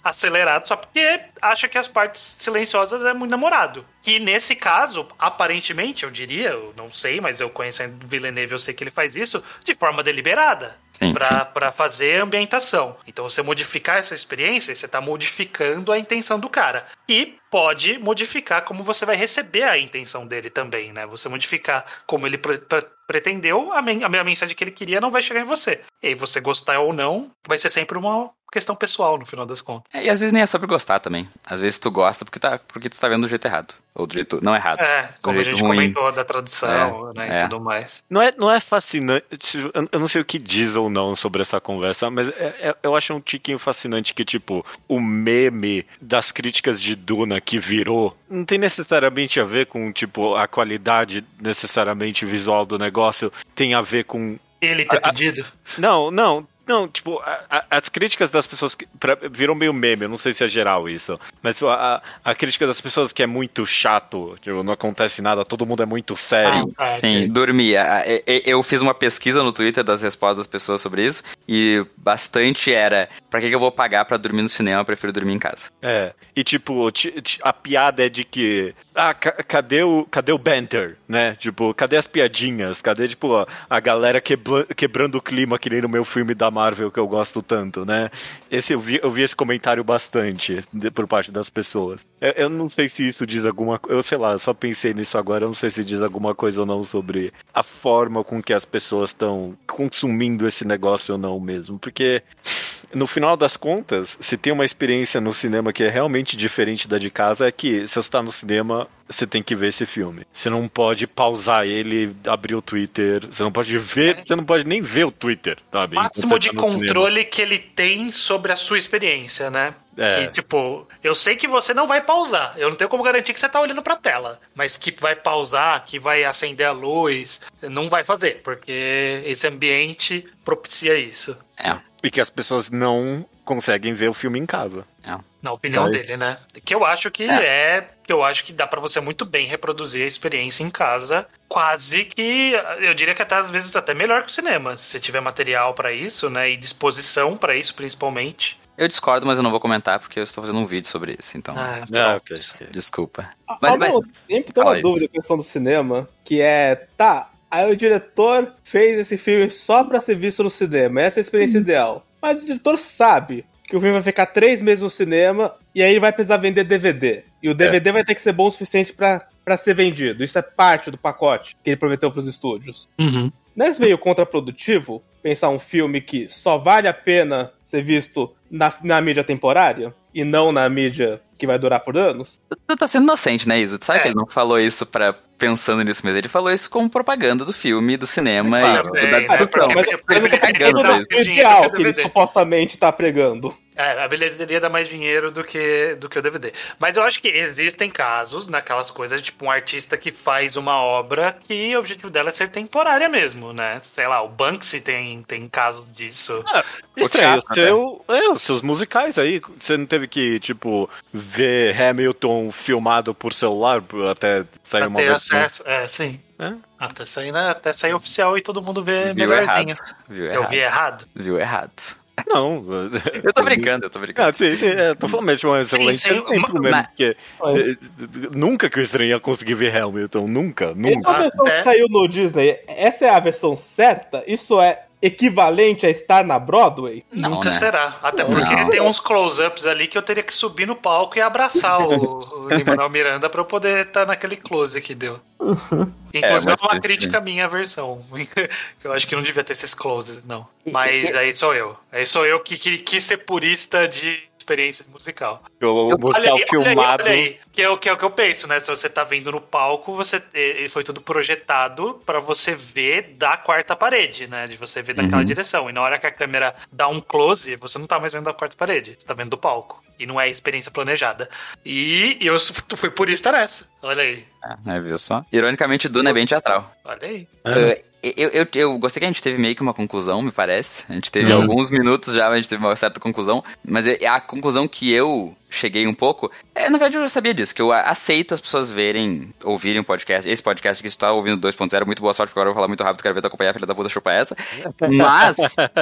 acelerado só porque acha que as partes silenciosas é muito namorado. Que nesse caso, aparentemente, eu diria, eu não sei, mas eu conhecendo Villeneuve, eu sei que ele faz isso de forma deliberada.
Sim,
pra,
sim.
pra fazer ambientação. Então, você modificar essa experiência, você tá modificando a intenção do cara. E pode modificar como você vai receber a intenção dele também, né? Você modificar como ele pre- pre- pretendeu, a, men- a mensagem que ele queria não vai chegar em você. E aí, você gostar ou não, vai ser sempre uma questão pessoal, no final das contas.
É, e às vezes nem é sobre gostar também. Às vezes tu gosta porque, tá, porque tu tá vendo do jeito errado. Ou do jeito não errado.
É,
do
como a
jeito
gente
ruim.
comentou da tradução,
É,
né,
é.
e tudo mais.
Não é, não é fascinante, eu eu não sei o que diz ou não sobre essa conversa, mas é- é- eu acho um tiquinho fascinante que, tipo, o meme das críticas de Duna que virou, não tem necessariamente a ver com, tipo, a qualidade necessariamente visual do negócio, tem a ver com...
Ele ter
A- a-
pedido?
Não, não, não, tipo, a- a- as críticas das pessoas que, pra, viram meio meme, eu não sei se é geral isso, mas tipo, a, a crítica das pessoas que é muito chato, tipo, não acontece nada, todo mundo é muito sério.
Ah,
Sim,
ok.
dormir. A- e- e- Eu fiz uma pesquisa no Twitter das respostas das pessoas sobre isso e bastante era: pra que que eu vou pagar pra dormir no cinema? Eu prefiro dormir em casa.
É, e tipo, ti- ti- a piada é de que, ah, ca- cadê o, cadê o banter, né? Tipo, cadê as piadinhas? Cadê, tipo, a, a galera quebla- quebrando o clima que nem no meu filme da Marvel que eu gosto tanto, né? Esse, eu, vi, eu vi esse comentário bastante de- por parte das pessoas. Eu, eu não sei se isso diz alguma coisa, eu sei lá, eu só pensei nisso agora, eu não sei se diz alguma coisa ou não sobre a forma com que as pessoas estão consumindo esse negócio ou não mesmo, porque... No final das contas, se tem uma experiência no cinema que é realmente diferente da de casa, é que se você está no cinema, você tem que ver esse filme. Você não pode pausar ele, abrir o Twitter, você não pode ver,
É.
você não pode nem ver o Twitter, sabe?
Máximo
Enquanto
de
você tá no cinema.
controle que ele tem sobre a sua experiência, né?
É.
Que, tipo, eu sei que você não vai pausar. Eu não tenho como garantir que você tá olhando pra tela. Mas que vai pausar, que vai acender a luz, não vai fazer. Porque esse ambiente propicia isso.
É.
E que as pessoas não conseguem ver o filme em casa.
é.
Na opinião
Tá.
dele, né? Que eu acho que
É.
é... Que eu acho que dá pra você muito bem reproduzir a experiência em casa. Quase que... Eu diria que até às vezes até melhor que o cinema. Se você tiver material pra isso, né? E disposição pra isso, principalmente.
Eu discordo, mas eu não vou comentar porque eu estou fazendo um vídeo sobre isso, então.
Ah,
Ah, ok.
Desculpa.
Ao
Mas, mas,
mesmo tempo, tem uma
Fala isso.
dúvida com a questão do cinema, que é, tá, aí o diretor fez esse filme só pra ser visto no cinema, essa é a experiência ideal. Mas o diretor sabe que o filme vai ficar três meses no cinema e aí ele vai precisar vender D V D. E o D V D vai ter que ser bom o suficiente pra, pra ser vendido. Isso é parte do pacote que ele prometeu pros estúdios.
Uhum.
Não é meio contraprodutivo pensar um filme que só vale a pena ser visto na, na mídia temporária e não na mídia que vai durar por anos?
tu tá sendo inocente, né, Iso? Tu sabe
É.
que ele não falou isso pra, pensando nisso mesmo. Ele falou isso como propaganda do filme, do cinema
Claro,
e
também,
da
né?
produção.
Porque-
mas
porque-
mas eu tô
porque ele
cagando
falando
pra
do
isso.
dinheiro
ideal
do
que ele
D V D.
supostamente tá pregando.
É, a bilheteria dá mais dinheiro do que, do que o D V D. Mas eu acho que existem casos, naquelas coisas, tipo um artista que faz uma obra que o objetivo dela é ser temporária mesmo, né? Sei lá, o Banksy tem, tem caso disso.
Estranho,
teatro,
seu, é, os seus musicais aí, você não teve que, tipo, ver Hamilton filmado por celular até sair
Pra
uma
ter
versão?
acesso. É, sim.
É?
Até sair, né? Até sair oficial e todo mundo vê
Viu
melhorzinho.
errado. Viu
Eu
errado.
vi errado.
Viu errado.
Não.
Eu tô brincando, eu tô brincando.
Ah, sim, sim, é, tô falando mesmo, mas
Sim, sim,
é sempre o
mas-
mesmo, porque
Mas-
eh, nunca que o estranho ia conseguir ver Hamilton, nunca,
Essa
nunca.
é a versão
Até-
que saiu no Disney. Essa é a versão certa? Isso é equivalente a estar na Broadway?
Não,
Nunca
né?
será. Até
Não.
porque
Não.
tem uns close-ups ali que eu teria que subir no palco e abraçar o, o Lin-Manuel Miranda pra eu poder estar naquele close que deu. Inclusive,
É,
é,
mas
uma
tem-
crítica à minha versão. Eu acho que não devia ter esses closes, não. Mas aí sou eu. Aí sou eu que, que quis ser purista de experiência musical.
O, o musical
Olha aí,
filmado.
Olha aí, olha aí. Que, é o, que é o que eu penso, né? Se você tá vendo no palco, você, ele foi tudo projetado pra você ver da quarta parede, né? De você ver daquela
Uhum.
direção. E na hora que a câmera dá um close, você não tá mais vendo da quarta parede. Você tá vendo do palco. E não é experiência planejada. E, e eu fui purista nessa. Olha aí.
É, viu só? Ironicamente, Duna é bem teatral.
Olha aí.
Uh, eu, eu, eu gostei que a gente teve meio que uma conclusão, me parece. A gente teve
Hum.
alguns minutos já, a gente teve uma certa conclusão. Mas é- a conclusão que eu cheguei um pouco, é, na verdade eu já sabia disso, que eu aceito as pessoas verem, ouvirem o podcast, esse podcast que você tá ouvindo dois ponto zero, muito boa sorte, porque agora eu vou falar muito rápido, quero ver tu acompanhar, filha da puta, chupa essa. Mas,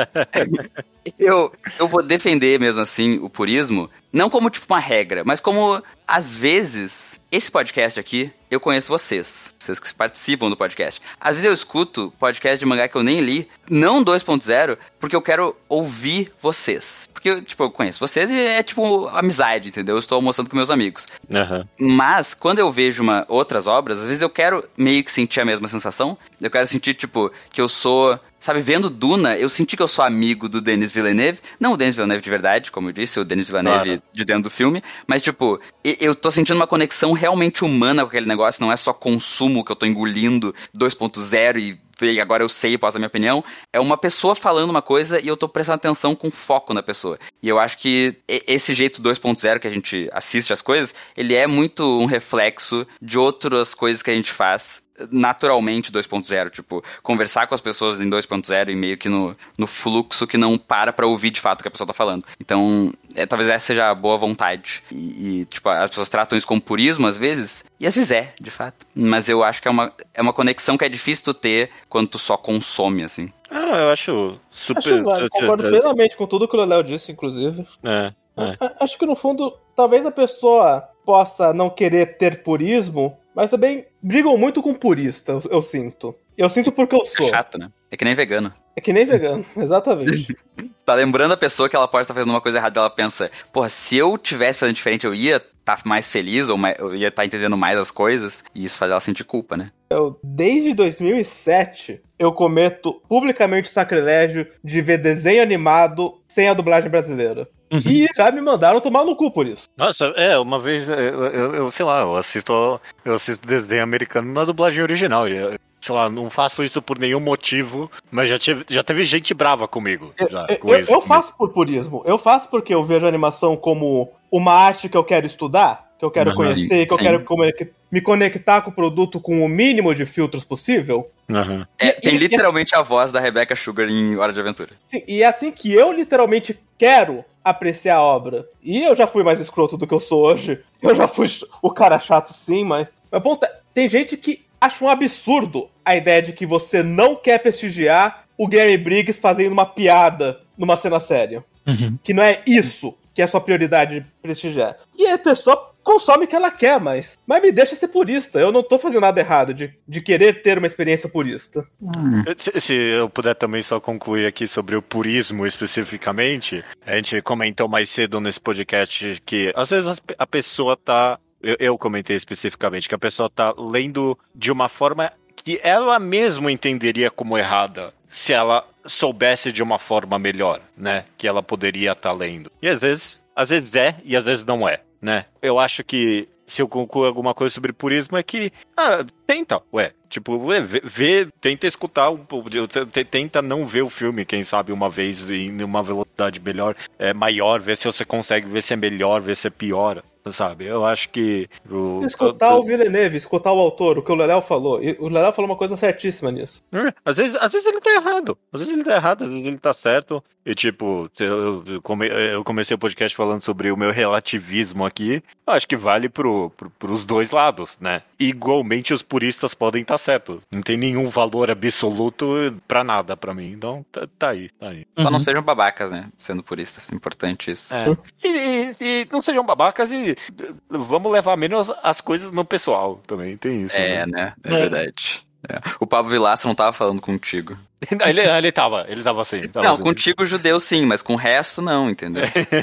eu, eu vou defender mesmo assim o purismo, não como tipo uma regra, mas como, às vezes, esse podcast aqui, eu conheço vocês, vocês que participam do podcast. Às vezes eu escuto podcast de mangá que eu nem li, não dois ponto zero, porque eu quero ouvir vocês. Porque, tipo, eu conheço vocês e é, tipo, amizade, entendeu? Eu estou almoçando com meus amigos.
Uhum.
Mas, quando eu vejo uma, outras obras, às vezes eu quero meio que sentir a mesma sensação. Eu quero sentir, tipo, que eu sou... Sabe, vendo Duna, eu senti que eu sou amigo do Denis Villeneuve. Não o Denis Villeneuve de verdade, como eu disse, o Denis Villeneuve claro. De dentro do filme. Mas, tipo, eu tô sentindo uma conexão realmente humana com aquele negócio. Não é só consumo que eu tô engolindo dois ponto zero e... e agora eu sei, posso dar minha opinião, é uma pessoa falando uma coisa e eu tô prestando atenção com foco na pessoa. E eu acho que esse jeito dois ponto zero que a gente assiste as coisas, ele é muito um reflexo de outras coisas que a gente faz naturalmente dois ponto zero, tipo, conversar com as pessoas em dois ponto zero e meio que no, no fluxo que não para pra ouvir de fato o que a pessoa tá falando. Então, é, talvez essa seja a boa vontade. E, e, tipo, as pessoas tratam isso como purismo às vezes, e às vezes é, de fato. Mas eu acho que é uma, é uma conexão que é difícil tu ter quando tu só consome, assim.
Ah, eu acho super...
Acho, eu concordo plenamente com tudo que o Léo disse, inclusive.
É, é.
Acho que no fundo, talvez a pessoa possa não querer ter purismo, mas também brigam muito com purista, eu, eu sinto. Eu sinto porque eu sou.
É chato, né? É que nem vegano.
É que nem vegano, exatamente.
Tá lembrando a pessoa que ela pode estar fazendo uma coisa errada, ela pensa, porra, se eu tivesse fazendo diferente, eu ia estar mais feliz, ou mais, eu ia estar entendendo mais as coisas, e isso faz ela sentir culpa, né?
Eu, desde dois mil e sete, eu cometo publicamente o sacrilégio de ver desenho animado sem a dublagem brasileira. Uhum. E já me mandaram tomar no cu por isso.
Nossa, é, uma vez, eu, eu, eu sei lá, eu assisto, eu assisto desenho americano na dublagem original. Eu, sei lá, não faço isso por nenhum motivo, mas já, tive, já teve gente brava comigo. Já,
eu,
com
eu,
isso,
eu faço por purismo. Eu faço porque eu vejo a animação como uma arte que eu quero estudar, que eu quero uhum, conhecer, que sim. eu quero me conectar com o produto com o mínimo de filtros possível.
Uhum.
É, tem e, literalmente e, a voz da Rebecca Sugar em Hora de Aventura.
Sim, e é assim que eu literalmente quero apreciar a obra. E eu já fui mais escroto do que eu sou hoje. Eu já fui o cara chato, sim, mas... Mas ponto é, tem gente que acha um absurdo a ideia de que você não quer prestigiar o Gary Briggs fazendo uma piada numa cena séria. Uhum. Que não é isso que é a sua prioridade de prestigiar. E a pessoa consome o que ela quer, mas, mas me deixa ser purista. Eu não tô fazendo nada errado de, de querer ter uma experiência purista.
Hum. Se, se eu puder também só concluir aqui sobre o purismo especificamente, a gente comentou mais cedo nesse podcast que às vezes a pessoa tá... Eu, eu comentei especificamente que a pessoa tá lendo de uma forma que ela mesma entenderia como errada se ela soubesse de uma forma melhor, né? Que ela poderia estar lendo. E às vezes, às vezes é e às vezes não é, né? Eu acho que se eu concluo alguma coisa sobre purismo é que, ah, tenta, ué. Tipo, ué, vê, vê, tenta escutar, um, tenta não ver o filme, quem sabe, uma vez em uma velocidade melhor, é, maior, ver se você consegue ver se é melhor, ver se é pior, sabe? Eu acho que... O,
escutar o, o Villeneuve, escutar o autor, o que o Léo falou. E o Léo falou uma coisa certíssima nisso.
É, às vezes, às vezes ele tá errado, às vezes ele tá errado, às vezes ele tá certo. E tipo, eu, eu, come, eu comecei o podcast falando sobre o meu relativismo aqui, eu acho que vale pro, pro, pros dois lados, né? Igualmente os puristas podem estar certos. Não tem nenhum valor absoluto pra nada pra mim. Então, tá, tá aí, tá aí.
Só uhum. não sejam babacas, né? Sendo puristas, importante isso.
É. E, e, e não sejam babacas e vamos levar menos as coisas no pessoal também, tem isso.
É, né? né? É, é verdade. É. O Pablo Vilaça não tava falando contigo.
ele, ele tava, ele tava assim. Tava
não,
assim.
Contigo judeu sim, mas com o resto não, entendeu?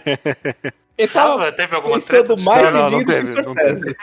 Ele tava
teve alguma
pensando mais não, não, em mim do que o Scorsese.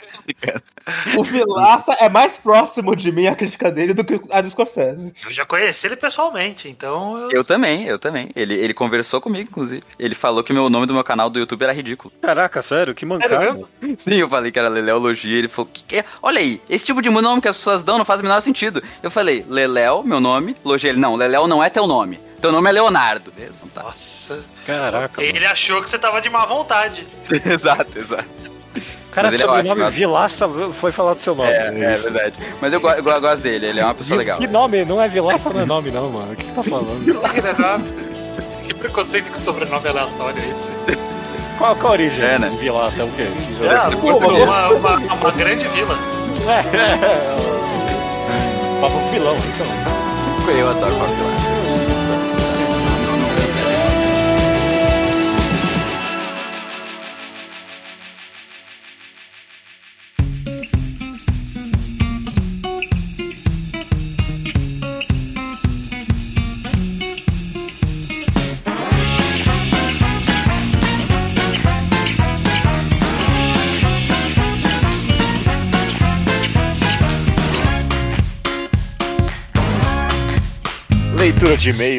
O Vilaça é mais próximo de mim, a crítica dele, do que a do Scorsese.
Eu já conheci ele pessoalmente, então... Eu,
eu também, eu também. Ele, ele conversou comigo, inclusive. Ele falou que o meu nome do meu canal do YouTube era ridículo.
Caraca, sério? Que mancada.
Sim, eu falei que era Leleologia, ele falou, que que é? Olha aí, esse tipo de nome que as pessoas dão não faz o menor sentido. Eu falei, Leléo, meu nome, Logia, ele, não, Leléo não é teu nome. Teu nome é Leonardo. Beleza, tá.
Nossa.
Caraca.
Ele
mano.
achou que você tava de má vontade.
Exato, exato.
Cara, seu é nome Vilaça foi falar do seu nome.
É, é, é verdade. Mas eu, eu, eu gosto dele, ele é uma pessoa legal.
Que nome? Não é Vilaça, não é nome não, mano. O que você tá falando?
Que preconceito com sobrenome aleatório aí.
qual, qual a origem?
É, né?
Vila, é o quê?
É,
Pô,
uma, uma, uma grande vila.
É, é. Papo vilão, isso não.
Eu adoro Papo Vilão.
Leitura de e-mail.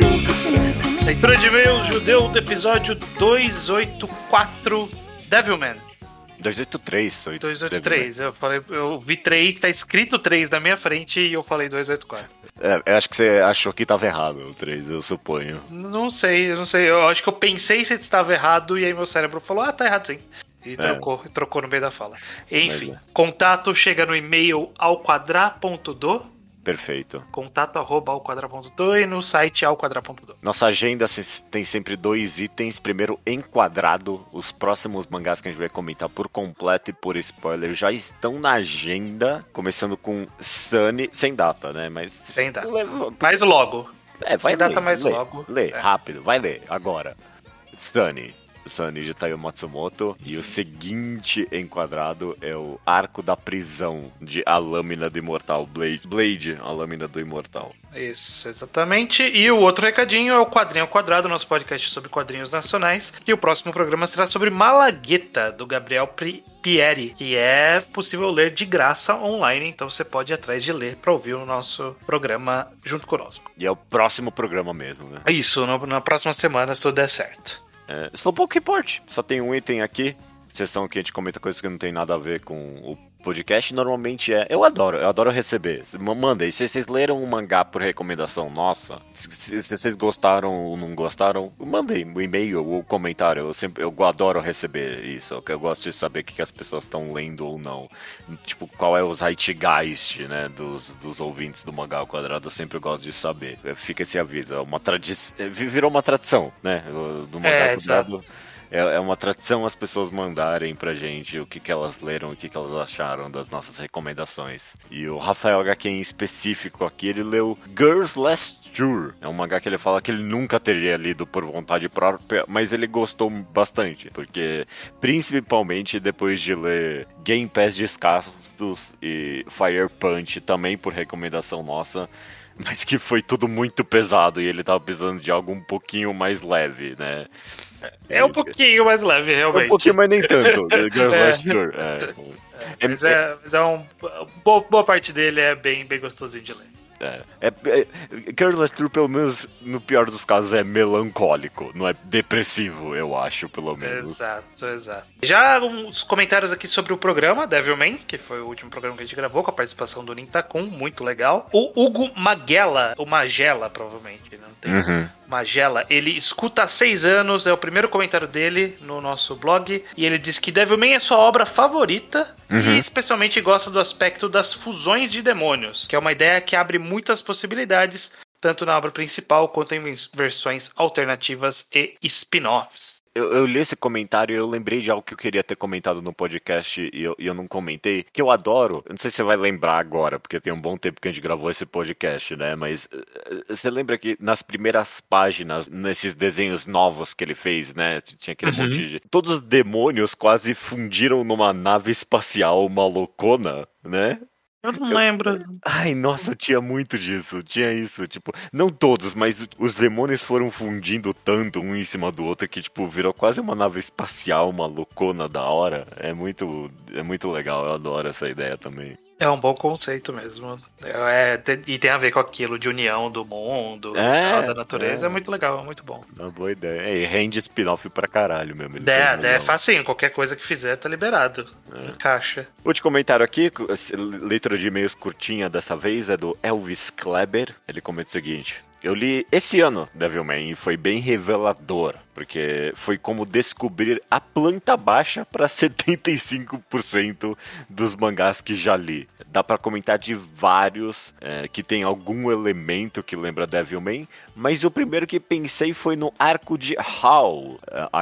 Leitura de e-mail judeu do episódio duzentos e oitenta e quatro Devilman.
duzentos e oitenta e três.
duzentos e oitenta e três. Eu falei, eu vi três, tá escrito três na minha frente e eu falei duzentos e oitenta e quatro.
É, eu acho que você achou que tava errado o três, eu suponho.
Não sei, eu não sei. Eu acho que eu pensei se estava errado e aí meu cérebro falou, ah, tá errado sim. E trocou, é. trocou no meio da fala. Enfim, é. Contato chega no e-mail alquadra.do.
Perfeito.
Contato arroba alquadra.do e no site alquadra.do.
Nossa agenda tem sempre dois itens. Primeiro, enquadrado. Os próximos mangás que a gente vai comentar por completo e por spoiler já estão na agenda. Começando com Sunny, sem data, né? Mas
sem data. Mais logo.
É, vai
sem
ler,
data mais
lê,
logo.
Lê,
é.
rápido, vai ler, agora. Sunny. Sunny de Taiyo Matsumoto. E o seguinte enquadrado é o Arco da Prisão de A Lâmina do Imortal. Blade, Blade, A Lâmina do Imortal.
Isso, exatamente. E o outro recadinho é o Quadrinho ao Quadrado, nosso podcast sobre quadrinhos nacionais. E o próximo programa será sobre Malagueta, do Gabriel Pieri, que é possível ler de graça online, então você pode ir atrás de ler para ouvir o nosso programa junto conosco.
E é o próximo programa mesmo, né?
Isso, no, na próxima semana, se tudo der certo.
É, Slowpoke Report. Só tem um item aqui. Sessão que a gente comenta coisas que não tem nada a ver com o podcast. Normalmente é... Eu adoro, eu adoro receber. Manda aí. Se vocês leram um mangá por recomendação nossa, se, se vocês gostaram ou não gostaram, mandem o e-mail ou o comentário. Eu sempre eu adoro receber isso. Eu gosto de saber o que as pessoas estão lendo ou não. Tipo, qual é o zeitgeist, né, dos, dos ouvintes do Mangá ao Quadrado. Eu sempre gosto de saber. Fica esse aviso. É uma tradição... Virou uma tradição, né, do Mangá
é,
ao Quadrado. Exato. É uma tradição as pessoas mandarem pra gente o que, que elas leram, o que, que elas acharam das nossas recomendações. E o Rafael H Q em específico aqui, ele leu Girls Last Tour. É um mangá que ele fala que ele nunca teria lido por vontade própria, mas ele gostou bastante. Porque, principalmente depois de ler Game Pass Descastos e Fire Punch, também por recomendação nossa, mas que foi tudo muito pesado e ele tava precisando de algo um pouquinho mais leve, né?
É um pouquinho mais leve, realmente.
É um pouquinho, mas nem tanto. Girls
é.
Last Tour. É.
É, mas é, mas é um... Boa, boa parte dele é bem, bem gostosinho de ler.
É, é, é, Girls Last Tour, pelo menos, no pior dos casos, é melancólico. Não é depressivo, eu acho, pelo menos.
Exato, exato. Já uns comentários aqui sobre o programa Devilman, que foi o último programa que a gente gravou, com a participação do Nintakun, muito legal. O Hugo Magela, ou Magela, provavelmente, não tem...
Uhum.
Magela, ele escuta há seis anos, é o primeiro comentário dele no nosso blog, e ele diz que Devilman é sua obra favorita, uhum. e especialmente gosta do aspecto das fusões de demônios, que é uma ideia que abre muitas possibilidades, tanto na obra principal quanto em versões alternativas e spin-offs.
Eu, eu li esse comentário e eu lembrei de algo que eu queria ter comentado no podcast e eu, e eu não comentei, que eu adoro. Eu não sei se você vai lembrar agora, porque tem um bom tempo que a gente gravou esse podcast, né? Mas uh, você lembra que nas primeiras páginas, nesses desenhos novos que ele fez, né? Tinha aquele uhum. monte de... Todos os demônios quase fundiram numa nave espacial malucona, né?
Eu não eu... lembro.
Ai, nossa, tinha muito disso. Tinha isso, tipo... Não todos, mas os demônios foram fundindo tanto um em cima do outro que, tipo, virou quase uma nave espacial, uma loucona da hora. É muito, é muito legal, eu adoro essa ideia também.
É um bom conceito mesmo. É, e tem a ver com aquilo de união do mundo,
é,
da natureza. É. é muito legal, é muito bom.
Uma boa ideia. É, e rende spin-off pra caralho mesmo.
É, é facinho. Qualquer coisa que fizer tá liberado. É. Encaixa.
Último comentário aqui, leitura de e-mails curtinha dessa vez, é do Elvis Kleber. Ele comenta o seguinte... Eu li esse ano Devilman e foi bem revelador, porque foi como descobrir a planta baixa para setenta e cinco por cento dos mangás que já li. Dá para comentar de vários é, que tem algum elemento que lembra Devilman, mas o primeiro que pensei foi no arco de Hall, a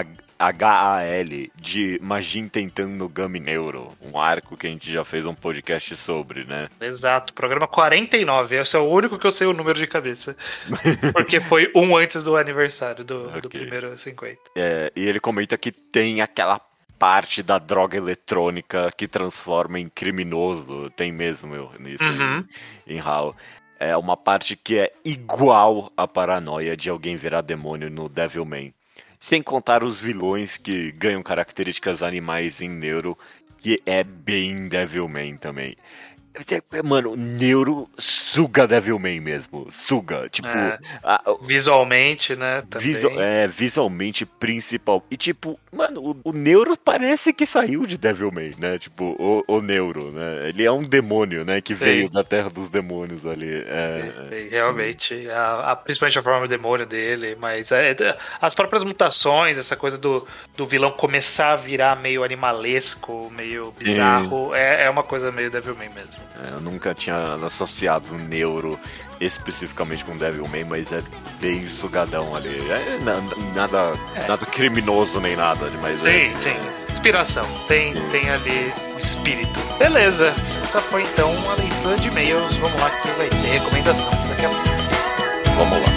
H A L, de Majin tentando Gami Neuro, um arco que a gente já fez um podcast sobre, né?
Exato, programa quarenta e nove, esse é o único que eu sei o número de cabeça, porque foi um antes do aniversário do, okay. do primeiro cinquenta.
É, e ele comenta que tem aquela parte da droga eletrônica que transforma em criminoso, tem mesmo eu, nisso
uhum.
em, em HAL. É uma parte que é igual à paranoia de alguém virar demônio no Devilman. Sem contar os vilões que ganham características animais em Neuro, que é bem Devilman também. Mano, Neuro suga Devilman mesmo. Suga. Tipo.
É,
a,
visualmente, né?
Visu, é, visualmente principal. E tipo, mano, o, o Neuro parece que saiu de Devilman, né? Tipo, o, o Neuro, né? Ele é um demônio, né? Que Sim. veio da terra dos demônios ali. É,
Sim, realmente. A, a, principalmente a forma do demônio dele, mas é, as próprias mutações, essa coisa do, do vilão começar a virar meio animalesco, meio bizarro, é, é uma coisa meio Devilman mesmo.
Eu nunca tinha associado o Neuro especificamente com Devilman, mas é bem sugadão ali. É nada, é. nada criminoso nem nada, mas
sim,
é...
sim. Inspiração. Tem, tem ali o espírito. Beleza. Essa foi então a leitura de e-mails. Vamos lá que vai ter recomendação. Isso aqui é...
Vamos lá.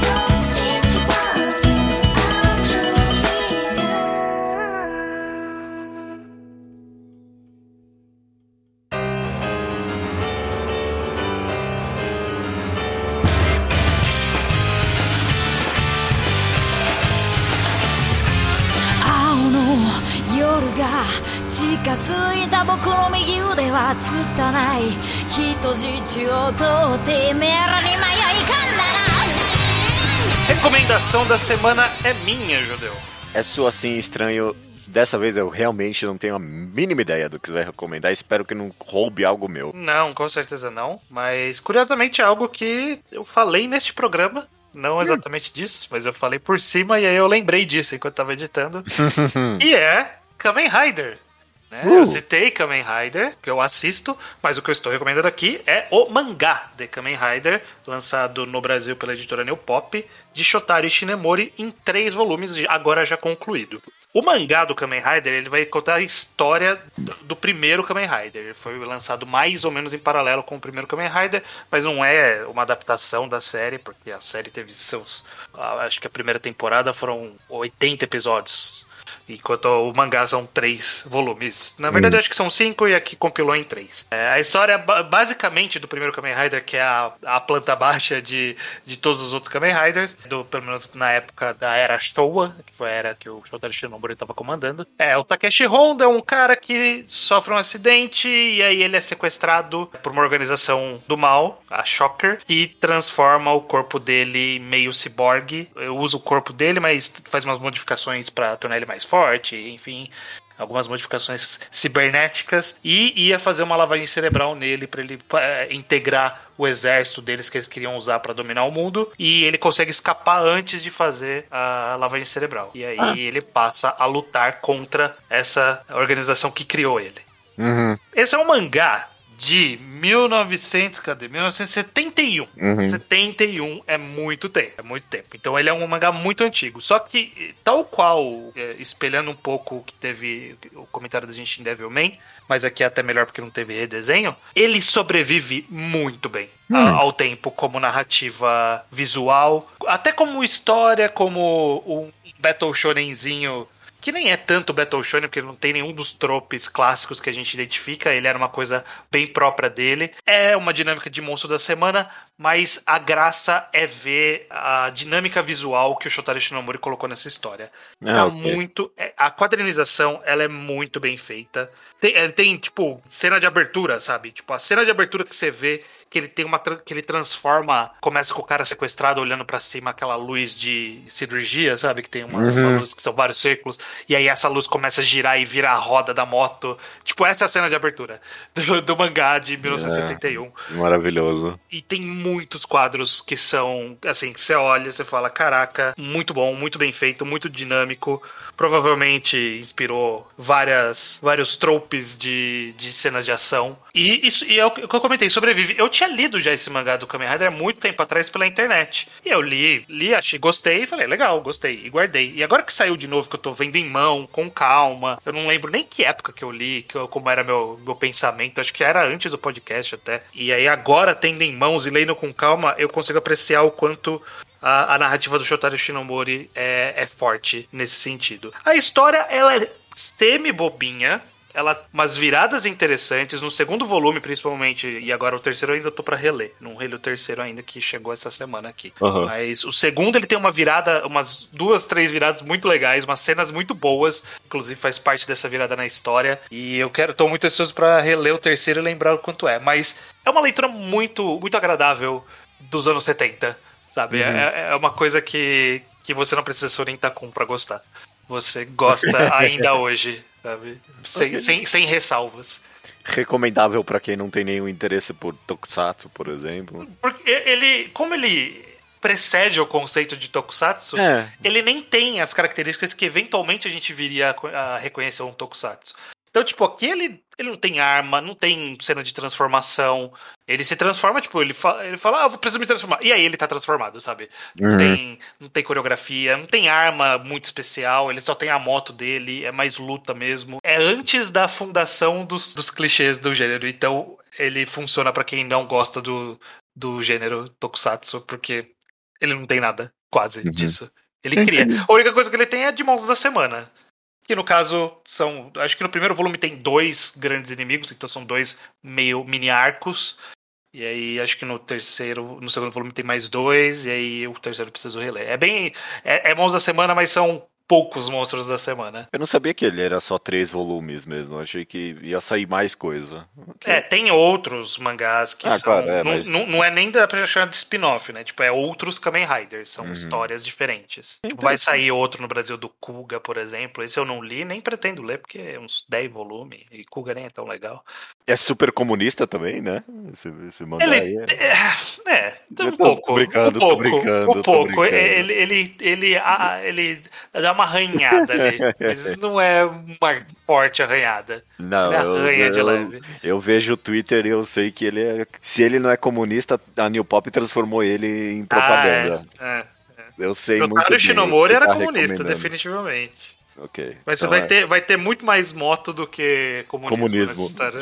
Recomendação da semana é minha, Judeu.
É sua sim, estranho. Dessa vez eu realmente não tenho a mínima ideia do que vai recomendar. Espero que não roube algo meu.
Não, com certeza não. Mas curiosamente é algo que eu falei neste programa. Não exatamente disso, mas eu falei por cima e aí eu lembrei disso enquanto eu tava editando. E é Kamen Rider. Né? Uh. Eu citei Kamen Rider, que eu assisto, mas o que eu estou recomendando aqui é o mangá de Kamen Rider, lançado no Brasil pela editora New Pop, de Shotaro Ishinemori, em três volumes, agora já concluído. O mangá do Kamen Rider, ele vai contar a história do primeiro Kamen Rider. Ele foi lançado mais ou menos em paralelo com o primeiro Kamen Rider, mas não é uma adaptação da série, porque a série teve seus... Acho que a primeira temporada foram oitenta episódios, enquanto o mangá são três volumes. Na verdade, hum. acho que são cinco e aqui compilou em três. É, a história, basicamente, do primeiro Kamen Rider, que é a, a planta baixa de, de todos os outros Kamen Riders, do, pelo menos na época da era Showa, que foi a era que o Shotaro Ishinomori estava comandando. É, o Takeshi Honda é um cara que sofre um acidente e aí ele é sequestrado por uma organização do mal, a Shocker, que transforma o corpo dele meio ciborgue. Usa o corpo dele, mas faz umas modificações para tornar ele mais forte, enfim, algumas modificações cibernéticas, e ia fazer uma lavagem cerebral nele para ele é, integrar o exército deles que eles queriam usar para dominar o mundo, e ele consegue escapar antes de fazer a lavagem cerebral. E aí ah. ele passa a lutar contra essa organização que criou ele.
Uhum.
Esse é um mangá de mil e novecentos, cadê? mil novecentos e setenta e um.
Uhum.
setenta e um é muito tempo, é muito tempo. Então ele é um mangá muito antigo. Só que, tal qual, é, espelhando um pouco o que teve o comentário da gente em Devilman, mas aqui é até melhor porque não teve redesenho, ele sobrevive muito bem hum. a, ao tempo, como narrativa visual, até como história, como um Battle Shonenzinho, que nem é tanto Battle Shonen, porque ele não tem nenhum dos tropes clássicos que a gente identifica, ele era uma coisa bem própria dele. É uma dinâmica de monstro da semana, mas a graça é ver a dinâmica visual que o Shotaro Ishinomori colocou nessa história. Ah, tá okay. muito, a quadrinização, ela é muito bem feita. Tem, tem, tipo, cena de abertura, sabe? Tipo, a cena de abertura que você vê, que ele tem uma que ele transforma, começa com o cara sequestrado olhando pra cima, aquela luz de cirurgia, sabe, que tem uma, uhum. uma luz que são vários círculos, e aí essa luz começa a girar e vira a roda da moto. Tipo, essa é a cena de abertura do, do mangá de mil novecentos e setenta e um.
É, maravilhoso.
E tem muitos quadros que são, assim, que você olha e você fala, caraca, muito bom, muito bem feito, muito dinâmico. Provavelmente inspirou várias, vários tropes de, de cenas de ação. E isso e é o que eu comentei, sobrevive. Eu tinha lido já esse mangá do Kamen Rider há muito tempo atrás pela internet. E eu li, li, achei, gostei e falei, legal, gostei, e guardei. E agora que saiu de novo, que eu tô vendo em mão, com calma, eu não lembro nem que época que eu li, que eu, como era meu, meu pensamento, acho que era antes do podcast até. E aí agora, tendo em mãos e lendo com calma, eu consigo apreciar o quanto a, a narrativa do Shotaro Shinomori é, é forte nesse sentido. A história, ela é semi-bobinha, ela umas viradas interessantes, no segundo volume principalmente, e agora o terceiro eu ainda tô pra reler, não reli o terceiro ainda, que chegou essa semana aqui. Uhum. Mas o segundo ele tem uma virada, umas duas, três viradas muito legais, umas cenas muito boas, inclusive faz parte dessa virada na história, e eu quero, tô muito ansioso pra reler o terceiro e lembrar o quanto é, mas é uma leitura muito, muito agradável dos anos setenta, sabe? Uhum. É, é uma coisa que, que você não precisa se orientar com pra gostar. Você gosta ainda hoje, sabe? Sem, okay. sem, sem ressalvas.
Recomendável pra quem não tem nenhum interesse por Tokusatsu, por exemplo.
Porque ele, como ele precede o conceito de Tokusatsu, é. ele nem tem as características que eventualmente a gente viria a reconhecer um Tokusatsu. Então, tipo, aqui ele, ele não tem arma, não tem cena de transformação. Ele se transforma, tipo, ele fala, ele fala, ah, eu preciso me transformar. E aí ele tá transformado, sabe? Uhum. Não tem, não tem coreografia, não tem arma muito especial, ele só tem a moto dele, é mais luta mesmo. É antes da fundação dos, dos clichês do gênero. Então, ele funciona pra quem não gosta do, do gênero Tokusatsu, porque ele não tem nada, quase, uhum. disso. Ele cria. A única coisa que ele tem é de Monstros da Semana. Que no caso são... Acho que no primeiro volume tem dois grandes inimigos, então são dois meio mini arcos. E aí acho que no terceiro... No segundo volume tem mais dois, e aí o terceiro preciso reler. É bem... É, é Monstros da Semana, mas são poucos Monstros da Semana.
Eu não sabia que ele era só três volumes mesmo. Eu achei que ia sair mais coisa.
Okay. É, tem outros mangás que ah, são... Claro, é, não, mas... não, não é nem da pra chamar de spin-off, né? Tipo, é outros Kamen Riders. São uhum. histórias diferentes. Tipo, vai sair outro no Brasil do Kuga, por exemplo. Esse eu não li, nem pretendo ler, porque é uns dez volumes. E Kuga nem é tão legal.
É super comunista também, né? Esse, esse mangá
ele,
aí é...
É, é um pouco.
Tô brincando,
um pouco,
tô brincando.
Um pouco. Brincando. Ele, ele, ele, ah, ele dá uma arranhada ali. Mas isso não é uma forte arranhada.
Não,
ele arranha
eu,
de
eu,
leve.
Eu vejo o Twitter e eu sei que ele é... Se ele não é comunista, a New Pop transformou ele em propaganda.
Ah, é, é, é.
Eu sei
o
muito bem.
O Shinomori era tá comunista, definitivamente.
Ok.
Mas
então
você vai,
é.
ter, vai ter muito mais moto do que comunismo.
Comunismo.
Nessa história.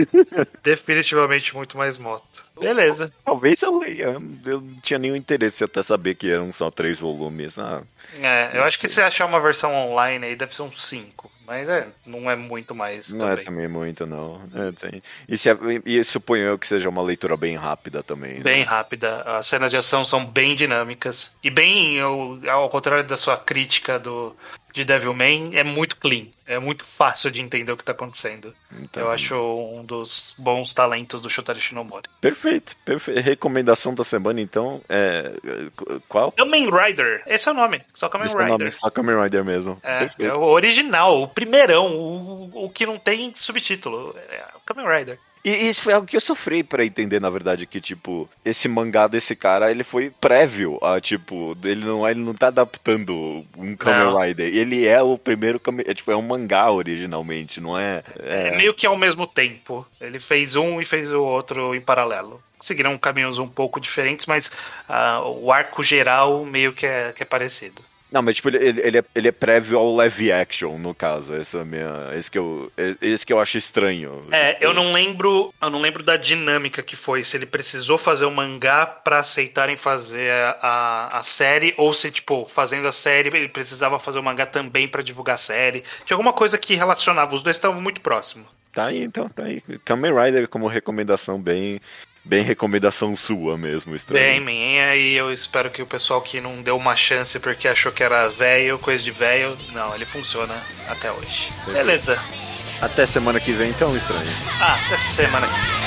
Definitivamente muito mais moto. Beleza.
Talvez eu leia. Eu não tinha nenhum interesse até saber que eram só três volumes. Ah,
é, eu acho que se achar uma versão online aí deve ser uns cinco. Mas é, não é muito mais
não
também.
É também muito, não. É, tem. E, se, e suponho eu que seja uma leitura bem rápida também.
Bem
né?
rápida. As cenas de ação são bem dinâmicas. E bem, eu, ao contrário da sua crítica do, de Devilman, é muito clean. É muito fácil de entender o que está acontecendo. Então, eu acho um dos bons talentos do Shotaro Shinomori.
Perfeito, perfeito. Recomendação da semana, então, é... Qual?
Kamen Rider. Esse é o nome. Só Kamen Rider. É o nome,
só Kamen Rider mesmo.
É, é o original, o primeirão, o, o que não tem subtítulo. É o Kamen Rider.
E isso foi algo que eu sofri pra entender, na verdade, que, tipo, esse mangá desse cara, ele foi prévio a, tipo, ele não, ele não tá adaptando um Kamen não. Rider. Ele é o primeiro, é, tipo, é um mangá originalmente, não é,
é... É meio que ao mesmo tempo. Ele fez um e fez o outro em paralelo. Seguiram caminhos um pouco diferentes, mas uh, o arco geral meio que é, que é parecido.
Não, mas tipo, ele, ele, é, ele é prévio ao live action, no caso. Essa é minha, esse, que eu, esse que eu acho estranho.
É, eu não lembro. Eu não lembro da dinâmica que foi. Se ele precisou fazer o mangá pra aceitarem fazer a, a série, ou se, tipo, fazendo a série, ele precisava fazer o mangá também pra divulgar a série. Tinha alguma coisa que relacionava, os dois estavam muito próximos.
Tá aí, então, tá aí. Kamen Rider como recomendação bem. Bem recomendação sua mesmo, estranho.
Bem minha, e eu espero que o pessoal que não deu uma chance porque achou que era velho, coisa de velho, não, ele funciona até hoje. Beleza.
Até semana que vem, então, estranho.
Ah, até semana que vem.